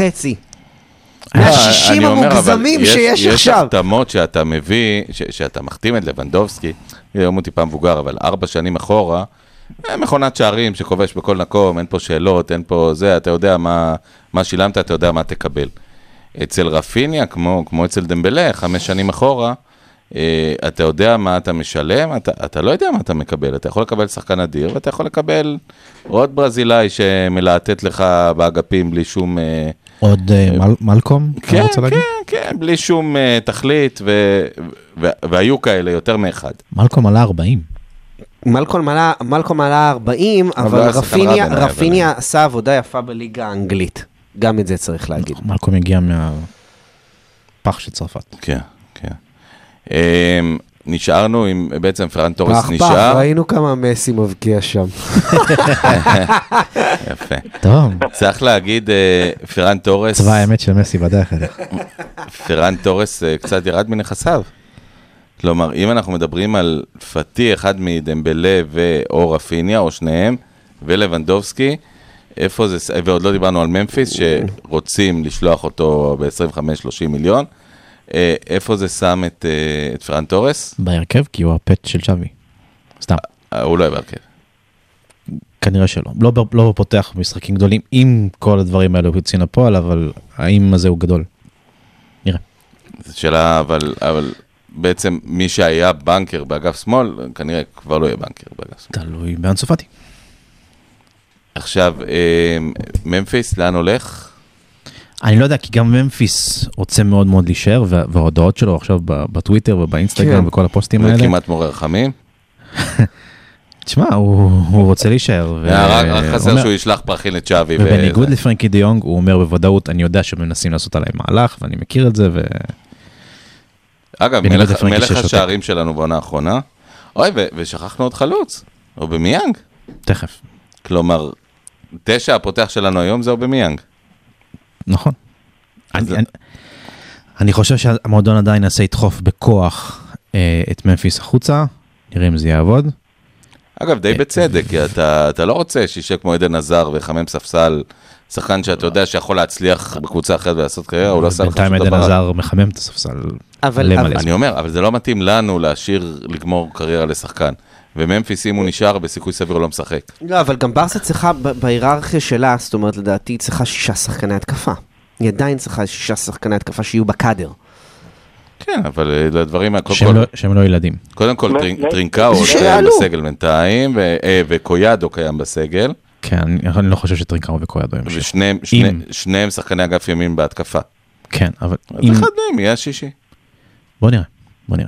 מה-60 המוגזמים שיש עכשיו.
יש החתמות שאתה מביא, שאתה מחתים את לבנדובסקי, היום הוא טיפה מבוגר, אבל 4 שנים אחורה, מכונת שערים שכובש בכל מקום, אין פה שאלות, אין פה זה, אתה יודע מה שילמת, אתה יודע מה תקבל. אצל רפיניה, כמו אצל דמבלה, 5 שנים אחורה, אתה יודע מה אתה משלם, אתה לא יודע מה אתה מקבל, אתה יכול לקבל שחקן אדיר, ואתה יכול לקבל עוד ברזילאי שמלהטט לך באגפים בלי שום...
עוד מלקום?
כן, בלי שום תכלית, והיו כאלה יותר מאחד.
מלקום עלה 40.
מלקום עלה 40, אבל רפיניה עשה עבודה יפה בליגה האנגלית. גם את זה צריך להגיד.
מלקום הגיע מהפח של צרפת.
כן, כן. נשארנו עם, בעצם פרן תורס נשאר.
פח, ראינו כמה מסי מבקיע שם.
יפה.
טוב.
צריך להגיד, פרן תורס...
צבא האמת של מסי בדרך.
פרן תורס קצת ירד מנכסיו. כלומר, אם אנחנו מדברים על פתי, אחד מדמבלה או רפיניה, או שניהם, ולבנדובסקי, איפה זה, ועוד לא דיברנו על ממפיס, שרוצים לשלוח אותו ב-25-30 מיליון, איפה זה שם את פרן תורס?
בהרכב, כי הוא הפט של צ'אבי. סתם.
הוא לא יהיה בהרכב.
כנראה שלא. לא פותח משחקים גדולים, עם כל הדברים האלו יוצאים לפועל, אבל האם הזה הוא גדול? נראה.
זו שאלה, אבל בעצם מי שהיה בנקר באגף שמאל, כנראה כבר לא יהיה בנקר באגף שמאל.
תלוי באנסו פאטי.
עכשיו, ממפיס, לאן הולך?
אני לא יודע, כי גם ממפיס רוצה מאוד מאוד להישאר, וההודעות שלו עכשיו בטוויטר ובאינסטגרם וכל הפוסטים האלה.
זה כמעט מורה רחמים.
תשמע, הוא רוצה להישאר.
רק חסר שהוא ישלח פרחים לצ'אבי.
ובניגוד לפרנקי דה יונג, הוא אומר בוודאות, אני יודע שמנסים לעשות עליי מהלך, ואני מכיר את זה,
אגב, מלך השערים שלנו בעונה האחרונה. אוי, ושכחנו עוד חלוץ. אובמיאנג.
תכף.
כלומר, 9 הפותח שלנו היום זה אובמיאנג.
נכון. אני חושב שהמועדון עדיין יעשה ידחוף בכוח את ממפיס החוצה, נראה אם זה יעבוד.
אגב, די בצדק, כי אתה לא רוצה שישב כמו עדן עזר וחמם ספסל, שחקן שאתה יודע שיכול להצליח בקבוצה אחרת ולעשות קריירה, הוא לא עושה לך שום דבר.
בינתיים עדן עזר מחמם את הספסל.
אני אומר, אבל זה לא מתאים לנו לגמור קריירה לשחקן. וממפיס אם הוא נשאר בסיכוי סביר לא משחק.
לא, אבל גם ברסה צריכה, בהיררכיה שלה, זאת אומרת, לדעתי, צריכה 6 שחקני התקפה. היא עדיין צריכה 6 שחקני התקפה שיהיו בקאדר.
כן, אבל לדברים...
שהם לא ילדים.
קודם כל, טרינקאו קיים בסגל בינתיים, וקויאדו קיים בסגל.
כן, אני לא חושב שטרינקאו וקויאדו ימשיך.
ושניהם שחקני אגף ימין בהתקפה.
כן, אבל...
אז אחד מהם יהיה השישי.
בוא נראה.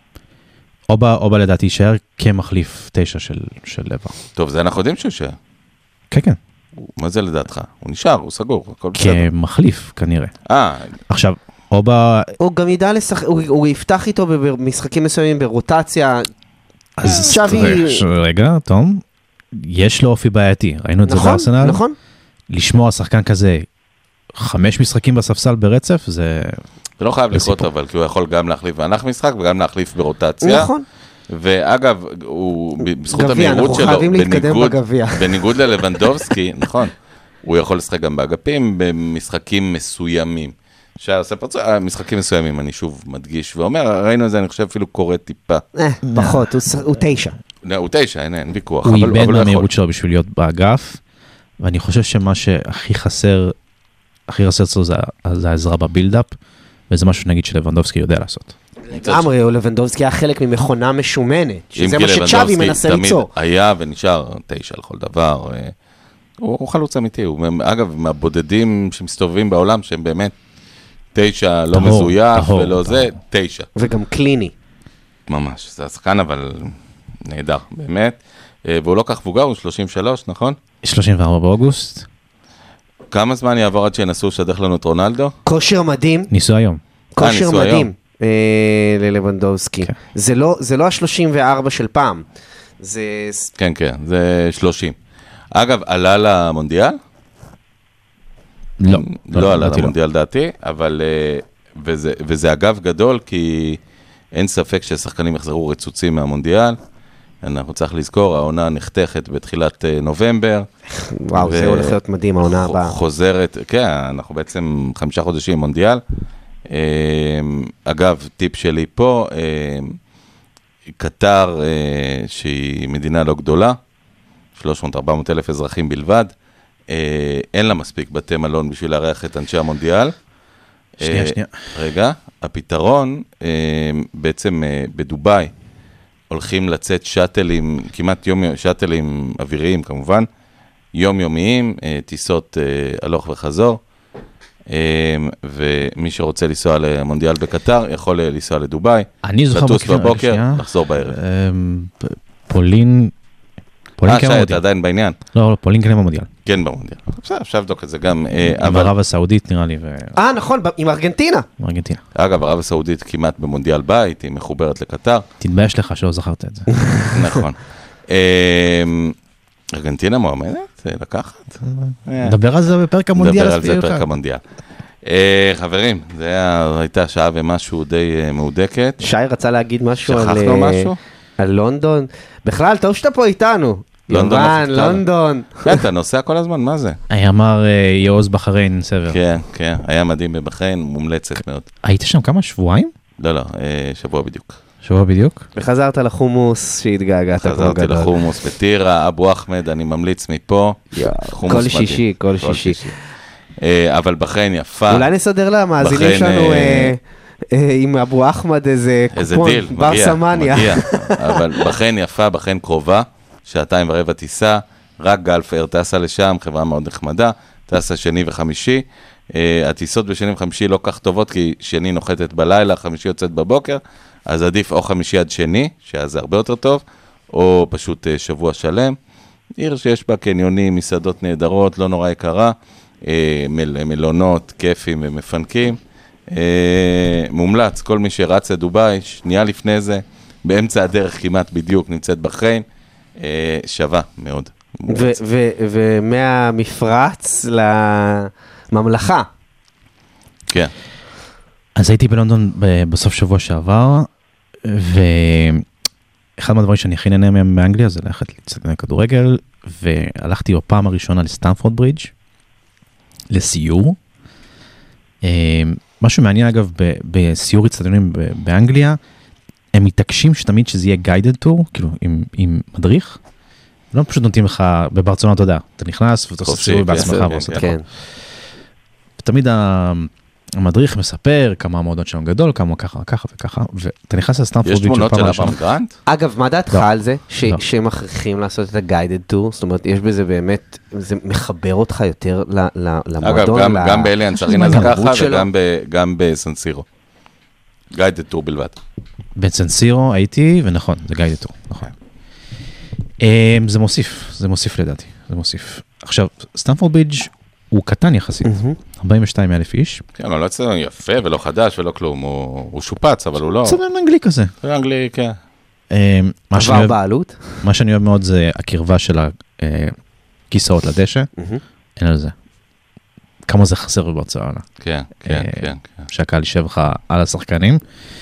אובה לדעתי יישאר כמחליף 9 של לבר.
טוב, זה אנחנו יודעים שהוא יישאר.
כן.
מה זה לדעתך? הוא נשאר, הוא סגור, הכל בסדר.
כמחליף, כנראה. עכשיו,
הוא גם ידע לשחק, הוא יפתח איתו במשחקים מסוימים ברוטציה.
אז רגע, תום, יש לו אופי בעייתי, ראינו את זה בארסנל.
נכון.
לשמוע שחקן כזה 5 משחקים בספסל ברצף, זה
לא חייב לקרות אבל, כי הוא יכול גם להחליף בענף משחק וגם להחליף ברוטציה.
נכון.
ואגב, בזכות המהירות שלו, בניגוד ללבנדובסקי, נכון, הוא יכול לשחק גם באגפים במשחקים מסוימים. משחקים מסוימים, אני שוב מדגיש ואומר, ראינו את זה, אני חושב אפילו קורא טיפה.
פחות, הוא 9.
הוא 9, אין ויכוח.
הוא איבד מהמהירות שלו בשביל להיות באגף, ואני חושב שמה שהכי חסר אצלו זה העזרה בבילדאפ, וזה משהו שנגיד שלבנדובסקי יודע לעשות.
לגמרי, או לבנדובסקי היה חלק ממכונה משומנת, שזה מה שצ'אבי מנסה ליצור.
היה ונשאר 9 לכל דבר. הוא חלוץ אמיתי, אגב, מהבודדים שמסתובבים בעולם, שהם באמת 9 לא מזויף ולא זה, 9.
וגם קליני.
ממש, זה השחקן אבל נהדר, באמת. והוא לא כך מבוגר, הוא 33, נכון?
34 באוגוסט.
כמה זמן יעבור עד שינסו לשדך לנו את רונלדו?
כושר מדהים.
ניסו היום.
כושר מדהים ללבנדובסקי. זה לא ה-34 של פעם.
כן, זה 30. אגב, עלה למונדיאל? לא עלה למונדיאל דעתי, אבל, וזה אגב גדול, כי אין ספק ששחקנים יחזרו רצוצים מהמונדיאל. אנחנו צריך לזכור, העונה נחתכת בתחילת נובמבר.
וואו, זה הולך להיות מדהים, העונה הבאה.
חוזרת, כן, אנחנו בעצם 5 חודשים מונדיאל. אגב, טיפ שלי פה, קטר, שהיא מדינה לא גדולה, 300-400 אלף אזרחים בלבד, אין לה מספיק בתי מלון בשביל לארח את אנשי המונדיאל.
שנייה.
רגע, הפתרון, בעצם בדוביי, הולכים לצאת שאטלים, כמעט שאטלים אוויריים כמובן, יומיומיים, טיסות הלוך וחזור, ומי שרוצה לנסוע למונדיאל בקטר, יכול לנסוע לדוביי, לטוס בבוקר, לחזור בערב.
פולין כן במונדיאל.
אתה עדיין בעניין?
לא, פולין כן במונדיאל.
כן במונדיאל. עכשיו לבדוק את זה גם.
עם ערב הסעודית נראה לי.
נכון, עם ארגנטינה.
אגב, ערב הסעודית כמעט במונדיאל בית, היא מחוברת לקטר.
תתבייש לך שלא זכרת את זה.
נכון. ארגנטינה מועמדת? לקחת?
נדבר על זה בפרק המונדיאל.
נדבר על זה בפרק המונדיאל. חברים, זו הייתה שעה ומשהו די מעודקת.
שי רצה להגיד משהו
שכחנו משהו?
על לונדון. בכלל, טוב שאתה פה איתנו. לונדון.
כן, אתה נוסע כל הזמן, מה זה?
אמר יעוז בחריין סבר.
כן, היה מדהים בבחריין, מומלצת מאוד.
היית שם כמה שבועיים?
לא, שבוע בדיוק.
שבוע בדיוק?
וחזרת לחומוס שהתגעגעת.
חזרתי לחומוס בטירה, אבו אחמד, אני ממליץ מפה.
כל שישי.
אבל בחריין יפה.
אולי נסדר למאזינים שלנו עם אבו אחמד איזה
דיל,
מגיע.
אבל בחריין יפה, בחריין קרובה, 2.25 טיסה, רק גלפאר טסה לשם, חברה מאוד נחמדה, טסה שני וחמישי. הטיסות בשני וחמישי לא כך טובות, כי שני נוחתת בלילה, חמישי יוצאת בבוקר, אז עדיף או חמישי עד שני, שאז זה הרבה יותר טוב, או פשוט שבוע שלם. עיר שיש בה קניונים, מסעדות נהדרות, לא נורא יקרה, מלונות, כיפים ומפנקים. מומלץ, כל מי שרץ לדוביי, שנייה לפני זה, באמצע הדרך כמעט בדיוק נמצאת בחריין, שווה מאוד.
ומהמפרץ לממלכה.
כן.
אז הייתי בלונדון בסוף שבוע שעבר, ואחד מהדברים שאני הכי נהנה מהם באנגליה, זה ללכת לצד כדורגל, והלכתי בפעם הראשונה לסטנפורד ברידג' לסיור. משהו מעניין אגב, בסיור הצטדיונים באנגליה, הם מתעקשים שתמיד שזה יהיה guided tour, כאילו עם מדריך, לא פשוט נותנים לך בברצלונה, אתה יודע, אתה נכנס ואתה עושה סיבוב בעצמך ועושה את הכל. ותמיד המדריך מספר כמה המועדון שלנו גדול, כמה ככה וככה, ואתה נכנס לסטנפורד
יש תמונות של אברהם גרנט?
אגב, מה דעתך על זה שמכריחים לעשות את ה-guided tour? זאת אומרת, יש בזה באמת, זה מחבר אותך יותר למועדון?
אגב, גם באליאנס ארינה זה ככה, וגם בסנסירו. guided tour בלבד.
בסנסירו הייתי, ונכון, זה guided tour, נכון. זה מוסיף לדעתי, זה מוסיף. עכשיו, סטנפורד ברידג' הוא קטן יחסית, 42,000 איש.
כן, לא אצלנו יפה ולא חדש ולא כלום, הוא שופץ, אבל הוא לא...
צבן אנגלי כזה.
צבן אנגלי, כן.
עבר בעלות?
מה שאני אוהב מאוד זה הקרבה של הכיסאות לדשא, אין על זה. כמה זה חסר בברצלונה.
כן.
שהקהל יישב לך על השחקנים.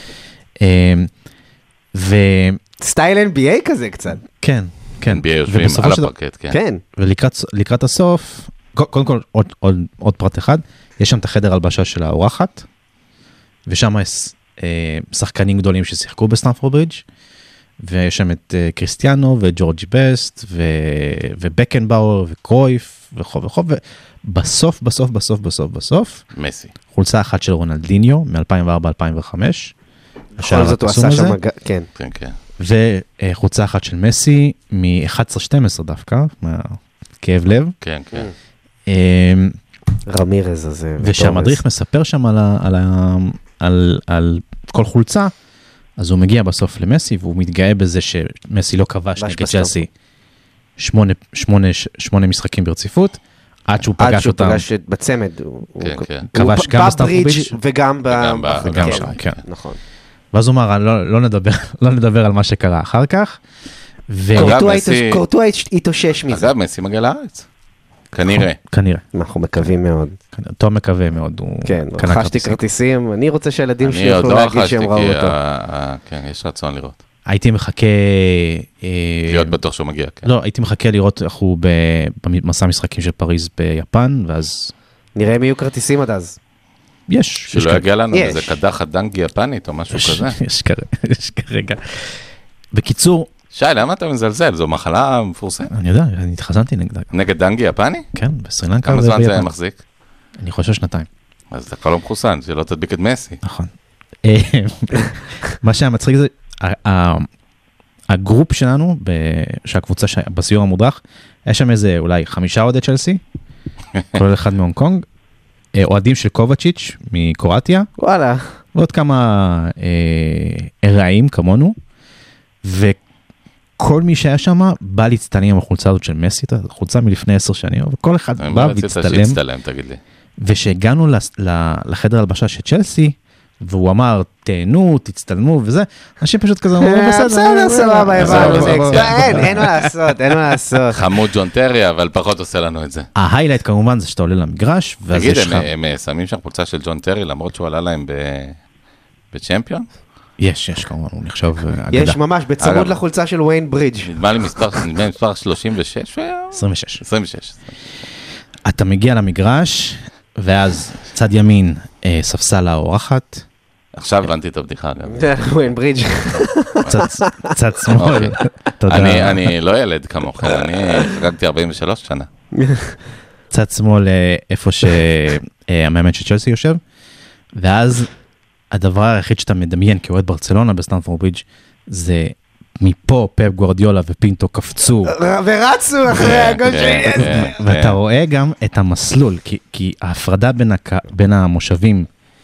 סטייל NBA כזה קצת.
כן.
NBA יושבים על הפרקט, כן.
ולקראת הסוף, קודם כל, עוד פרט אחד, יש שם את החדר הלבשה של האורחת, ושם יש שחקנים גדולים ששיחקו בסטנפורד ברידג', ויש שם את קריסטיאנו וג'ורג' בסט, ובקנבאואר וקרויף, וכו', ובסוף,
מסי.
חולצה אחת של רונלדיניו, מ-2004-2005,
בכל זאת הוא עשה שם, כן.
וחולצה אחת של מסי, מ-11-12 דווקא, כאב לב.
כן.
רמירז הזה.
ושהמדריך מספר שם על כל חולצה, אז הוא מגיע בסוף למסי, והוא מתגאה בזה שמסי לא כבש נגד צ'לסי 8 משחקים ברציפות, עד שהוא פגש אותם. עד שהוא פגש
בצמד.
כבש גם בסטנפורד ברידג'
וגם
שם, כן.
נכון.
ואז הוא אמר, לא נדבר על מה שקרה אחר כך.
קורטואה התאושש מזה.
אגב, מסי מגיע לארץ. כנראה.
אנחנו מקווים מאוד.
טוב מקווה מאוד.
כן, רכשתי כרטיסים, אני רוצה שהילדים שלי יוכלו להגיד שהם ראו אותו.
כן, יש רצון לראות.
הייתי מחכה...
להיות בטוח שהוא מגיע, כן.
לא, הייתי מחכה לראות איך הוא במסע משחקים של פריז ביפן, ואז...
נראה אם יהיו כרטיסים עד אז.
יש.
שלא יגיע לנו איזה קדחת דנגי יפנית או משהו כזה.
יש כרגע. בקיצור...
שי, למה אתה מזלזל? זו מחלה מפורסמת.
אני יודע, אני התחזנתי נגדה.
נגד דנגי יפני?
כן, בסרילנקה.
כמה זמן זה מחזיק?
אני חושב 2
אז אתה כבר לא מחוסן, שלא תדביק את מסי.
נכון. מה שהיה מצחיק זה, הגרופ שלנו, שהקבוצה בסיור המודרך, היה שם איזה אולי 5 אוהדי צ'לסי, כולל אחד מהונג קונג, אוהדים של קובצ'יץ' מקרואטיה,
וואלה.
ועוד כמה רעים כמונו, וכל מי שהיה שם בא להצטלם עם החולצה הזאת של מסי, חולצה מלפני 10 שנים, וכל אחד בא והצטלם. ושהגענו לחדר הלבשה של צ'לסי, והוא אמר, תהנו, תצטלמו וזה, אנשים פשוט כזה אמרו,
בסדר, סבבה, אין מה לעשות.
חמוד ג'ון טרי, אבל פחות עושה לנו את זה.
ההיילייט כמובן זה שאתה עולה למגרש,
תגיד, הם שמים שם חולצה של ג'ון טרי, למרות שהוא עלה להם בצ'מפיון?
יש כמובן, הוא נחשב אגדה.
יש ממש, בצמוד לחולצה של ויין ברידג'.
נדמה לי מספר 36 היה?
26. אתה מגיע למגרש, ואז צד ימין ספסל האורחת.
עכשיו הבנתי את הבדיחה.
ויין ברידג'.
צד שמאל.
אני לא ילד כמוך, אני חגגתי 43 שנה.
צד שמאל איפה שהמאמן של צ'לסי יושב, ואז הדבר היחיד שאתה מדמיין כאוהד ברצלונה בסטנפורד ברידג' זה מפה פפ גוארדיולה ופינטו קפצו.
ורצו אחרי הגול שלי.
ואתה רואה גם את המסלול, כי ההפרדה בין המושבים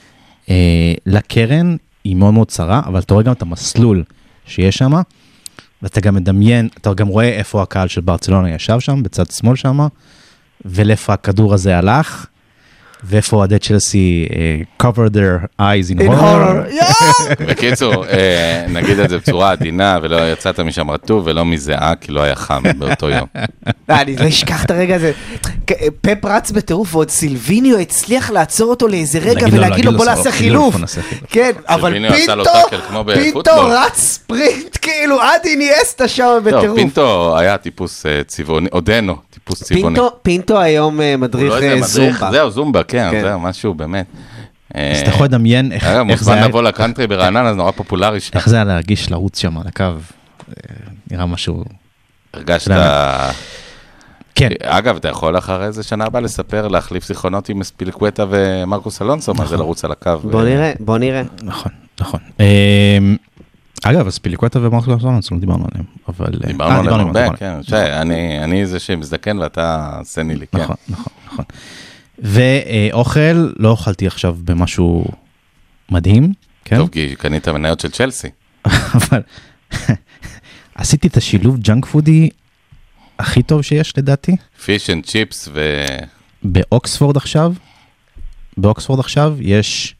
לקרן היא מאוד מאוד צרה, אבל אתה רואה גם את המסלול שיש שם, ואתה גם מדמיין, אתה גם רואה איפה הקהל של ברצלונה ישב שם, בצד שמאל שם, ולאיפה הכדור הזה הלך, ואיפה אוהדי צ'לסי cover their eyes in horror.
בקיצור, נגיד את זה בצורה עדינה, ולא יצאת משם רטוב, ולא מזיעה, כי לא היה חם באותו יום.
אני לא אשכח את הרגע הזה. פפ רץ בטירוף, ועוד סילביניו הצליח לעצור אותו לאיזה רגע, ולהגיד לו בוא נעשה חילוף. כן, אבל פינטו רץ ספרינט, כאילו עד איניאסטה שם בטירוף.
פינטו היה טיפוס צבעוני, עודנו.
פינטו היום מדריך זומבה.
זהו, זומבה, כן, זהו, משהו באמת.
אז אתה יכול לדמיין איך זה
מוזמן
היה...
לבוא לקאנטרי ברעננה, זה נורא פופולרי שם.
איך זה היה להרגיש לרוץ שם על הקו? נראה משהו...
הרגשת...
כן.
אגב, אתה יכול אחרי איזה שנה הבאה לספר, להחליף זיכרונות עם ספיליקווטה ומרקוס אלונסו, מה זה לרוץ על הקו.
בוא נראה.
נכון. אגב, ספיליקווטה ומרקוס אלונסו, לא דיברנו עליהם, אבל...
דיברנו עליהם הרבה, כן. אני זה שמזדקן ואתה סני לי, כן.
נכון. ואוכל, לא אוכלתי עכשיו במשהו מדהים, כן?
טוב, כי קנית מניות של צ'לסי.
אבל עשיתי את השילוב ג'אנק פודי הכי טוב שיש לדעתי.
פיש אנד צ'יפס
באוקספורד עכשיו יש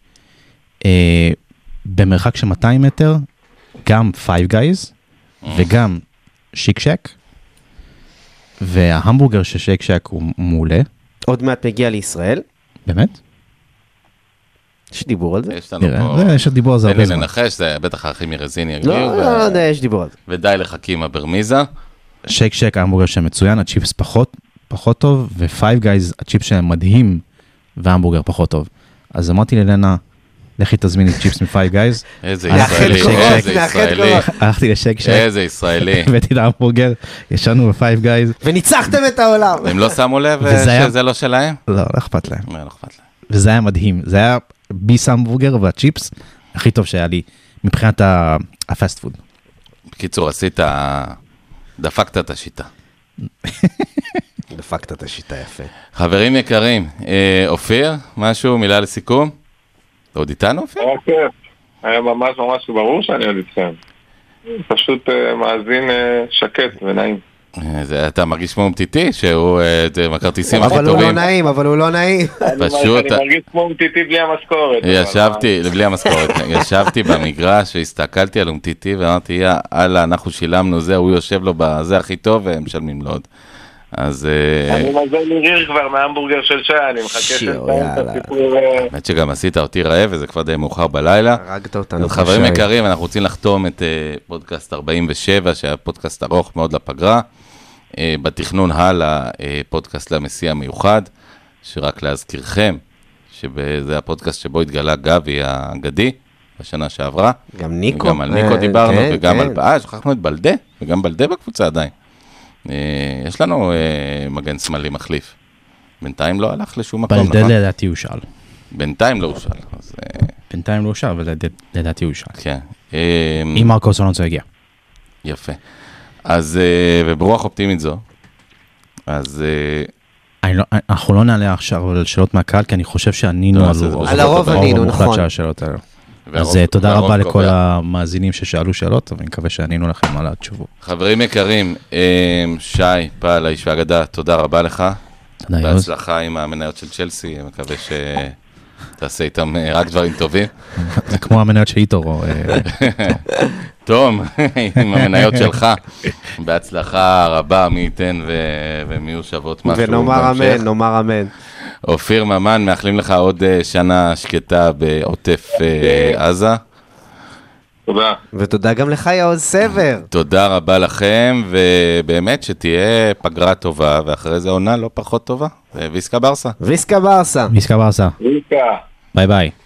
במרחק של 200 מטר גם Five Guys וגם שיק שק, וההמבורגר של שיק שק הוא מעולה.
עוד מעט מגיע לישראל.
באמת?
יש דיבור על זה?
יש לנו פה...
יש דיבור על זה הרבה זמן.
תן לי לנחש, זה בטח האחים מרזיני יגיעו.
לא, יש דיבור על זה.
ודי לחכימה ברמיזה.
שייק שק, ההמבורגר שלהם מצוין, הצ'יפס פחות טוב, ו-Five Guys, הצ'יפס שלהם מדהים, וההמבורגר פחות טוב. אז אמרתי ללנה, לכי תזמיני צ'יפס מ-Five Guys.
איזה ישראלי.
הלכתי לשייק שק.
איזה ישראלי.
הבאתי את ההמבורגר, ישנו ב-Five Guys.
וניצחתם את העולם.
הם לא שמו לב שזה לא שלהם?
לא אכפת להם. וזה היה מדהים. זה היה ביס ההמבורגר והצ'יפס הכי טוב שהיה לי מבחינת הפסט פוד.
בקיצור, דפקת את השיטה.
דפקת את השיטה יפה.
חברים יקרים, אופיר, משהו, מילה לסיכום? אתה עוד איתנו, אופיר?
היה ממש ברור שאני עוד איתכם. פשוט מאזין שקט ונעים.
אתה מרגיש כמו מטיטי, שהוא הכרטיסים הכי טובים.
אבל הוא לא נעים.
פשוט...
אני מרגיש כמו מטיטי בלי המשכורת.
בלי המשכורת. ישבתי במגרש והסתכלתי על מטיטי ואמרתי, יאללה, אנחנו שילמנו זה, הוא יושב לו בזה הכי טוב והם משלמים לו עוד. אז...
אני מזל לריר כבר מההמבורגר של שי, אני מחכה שתיים את הסיפור...
האמת שגם עשית אותי רעב, וזה כבר די מאוחר בלילה.
הרגת אותנו.
אז חברים יקרים, אנחנו רוצים לחתום את פודקאסט 47, שהיה פודקאסט ארוך מאוד לפגרה. בתכנון הלאה, פודקאסט למסיע המיוחד, שרק להזכירכם, שזה הפודקאסט שבו התגלה גבי האגדי, בשנה שעברה.
גם ניקו.
גם על ניקו דיברנו, וגם על... שכחנו את בלדה, וגם בלדה בקבוצה עדיין. יש לנו מגן שמאלי מחליף. בינתיים לא הלך לשום מקום, נכון?
בלדה לדעתי הוא שאל.
בינתיים לא הוא שאל.
בינתיים לא הוא שאל, אבל לדעתי הוא שאל.
כן.
אם מרקוס אלונסו יגיע.
יפה. אז, וברוח אופטימית זו, אז...
אנחנו לא נעלה עכשיו על שאלות מהקהל, כי אני חושב שענינו
על הרוב ענינו, נכון.
אז תודה רבה לכל המאזינים ששאלו שאלות, אבל אני מקווה שענינו לכם על התשובות.
חברים יקרים, שי, פעל, האיש והאגדה, תודה רבה לך. בהצלחה עם המניות של צ'לסי, אני מקווה שתעשה איתם רק דברים טובים.
זה כמו המניות של איטור.
תום, עם המניות שלך, בהצלחה רבה, מי ייתן ומי יהיו שוות משהו.
ונאמר אמן.
אופיר ממן, מאחלים לך עוד שנה שקטה בעוטף עזה.
תודה.
ותודה גם לך, יעוז סבר.
תודה רבה לכם, ובאמת שתהיה פגרה טובה, ואחרי זה עונה לא פחות טובה. ויסקה ברסה.
ביי ביי.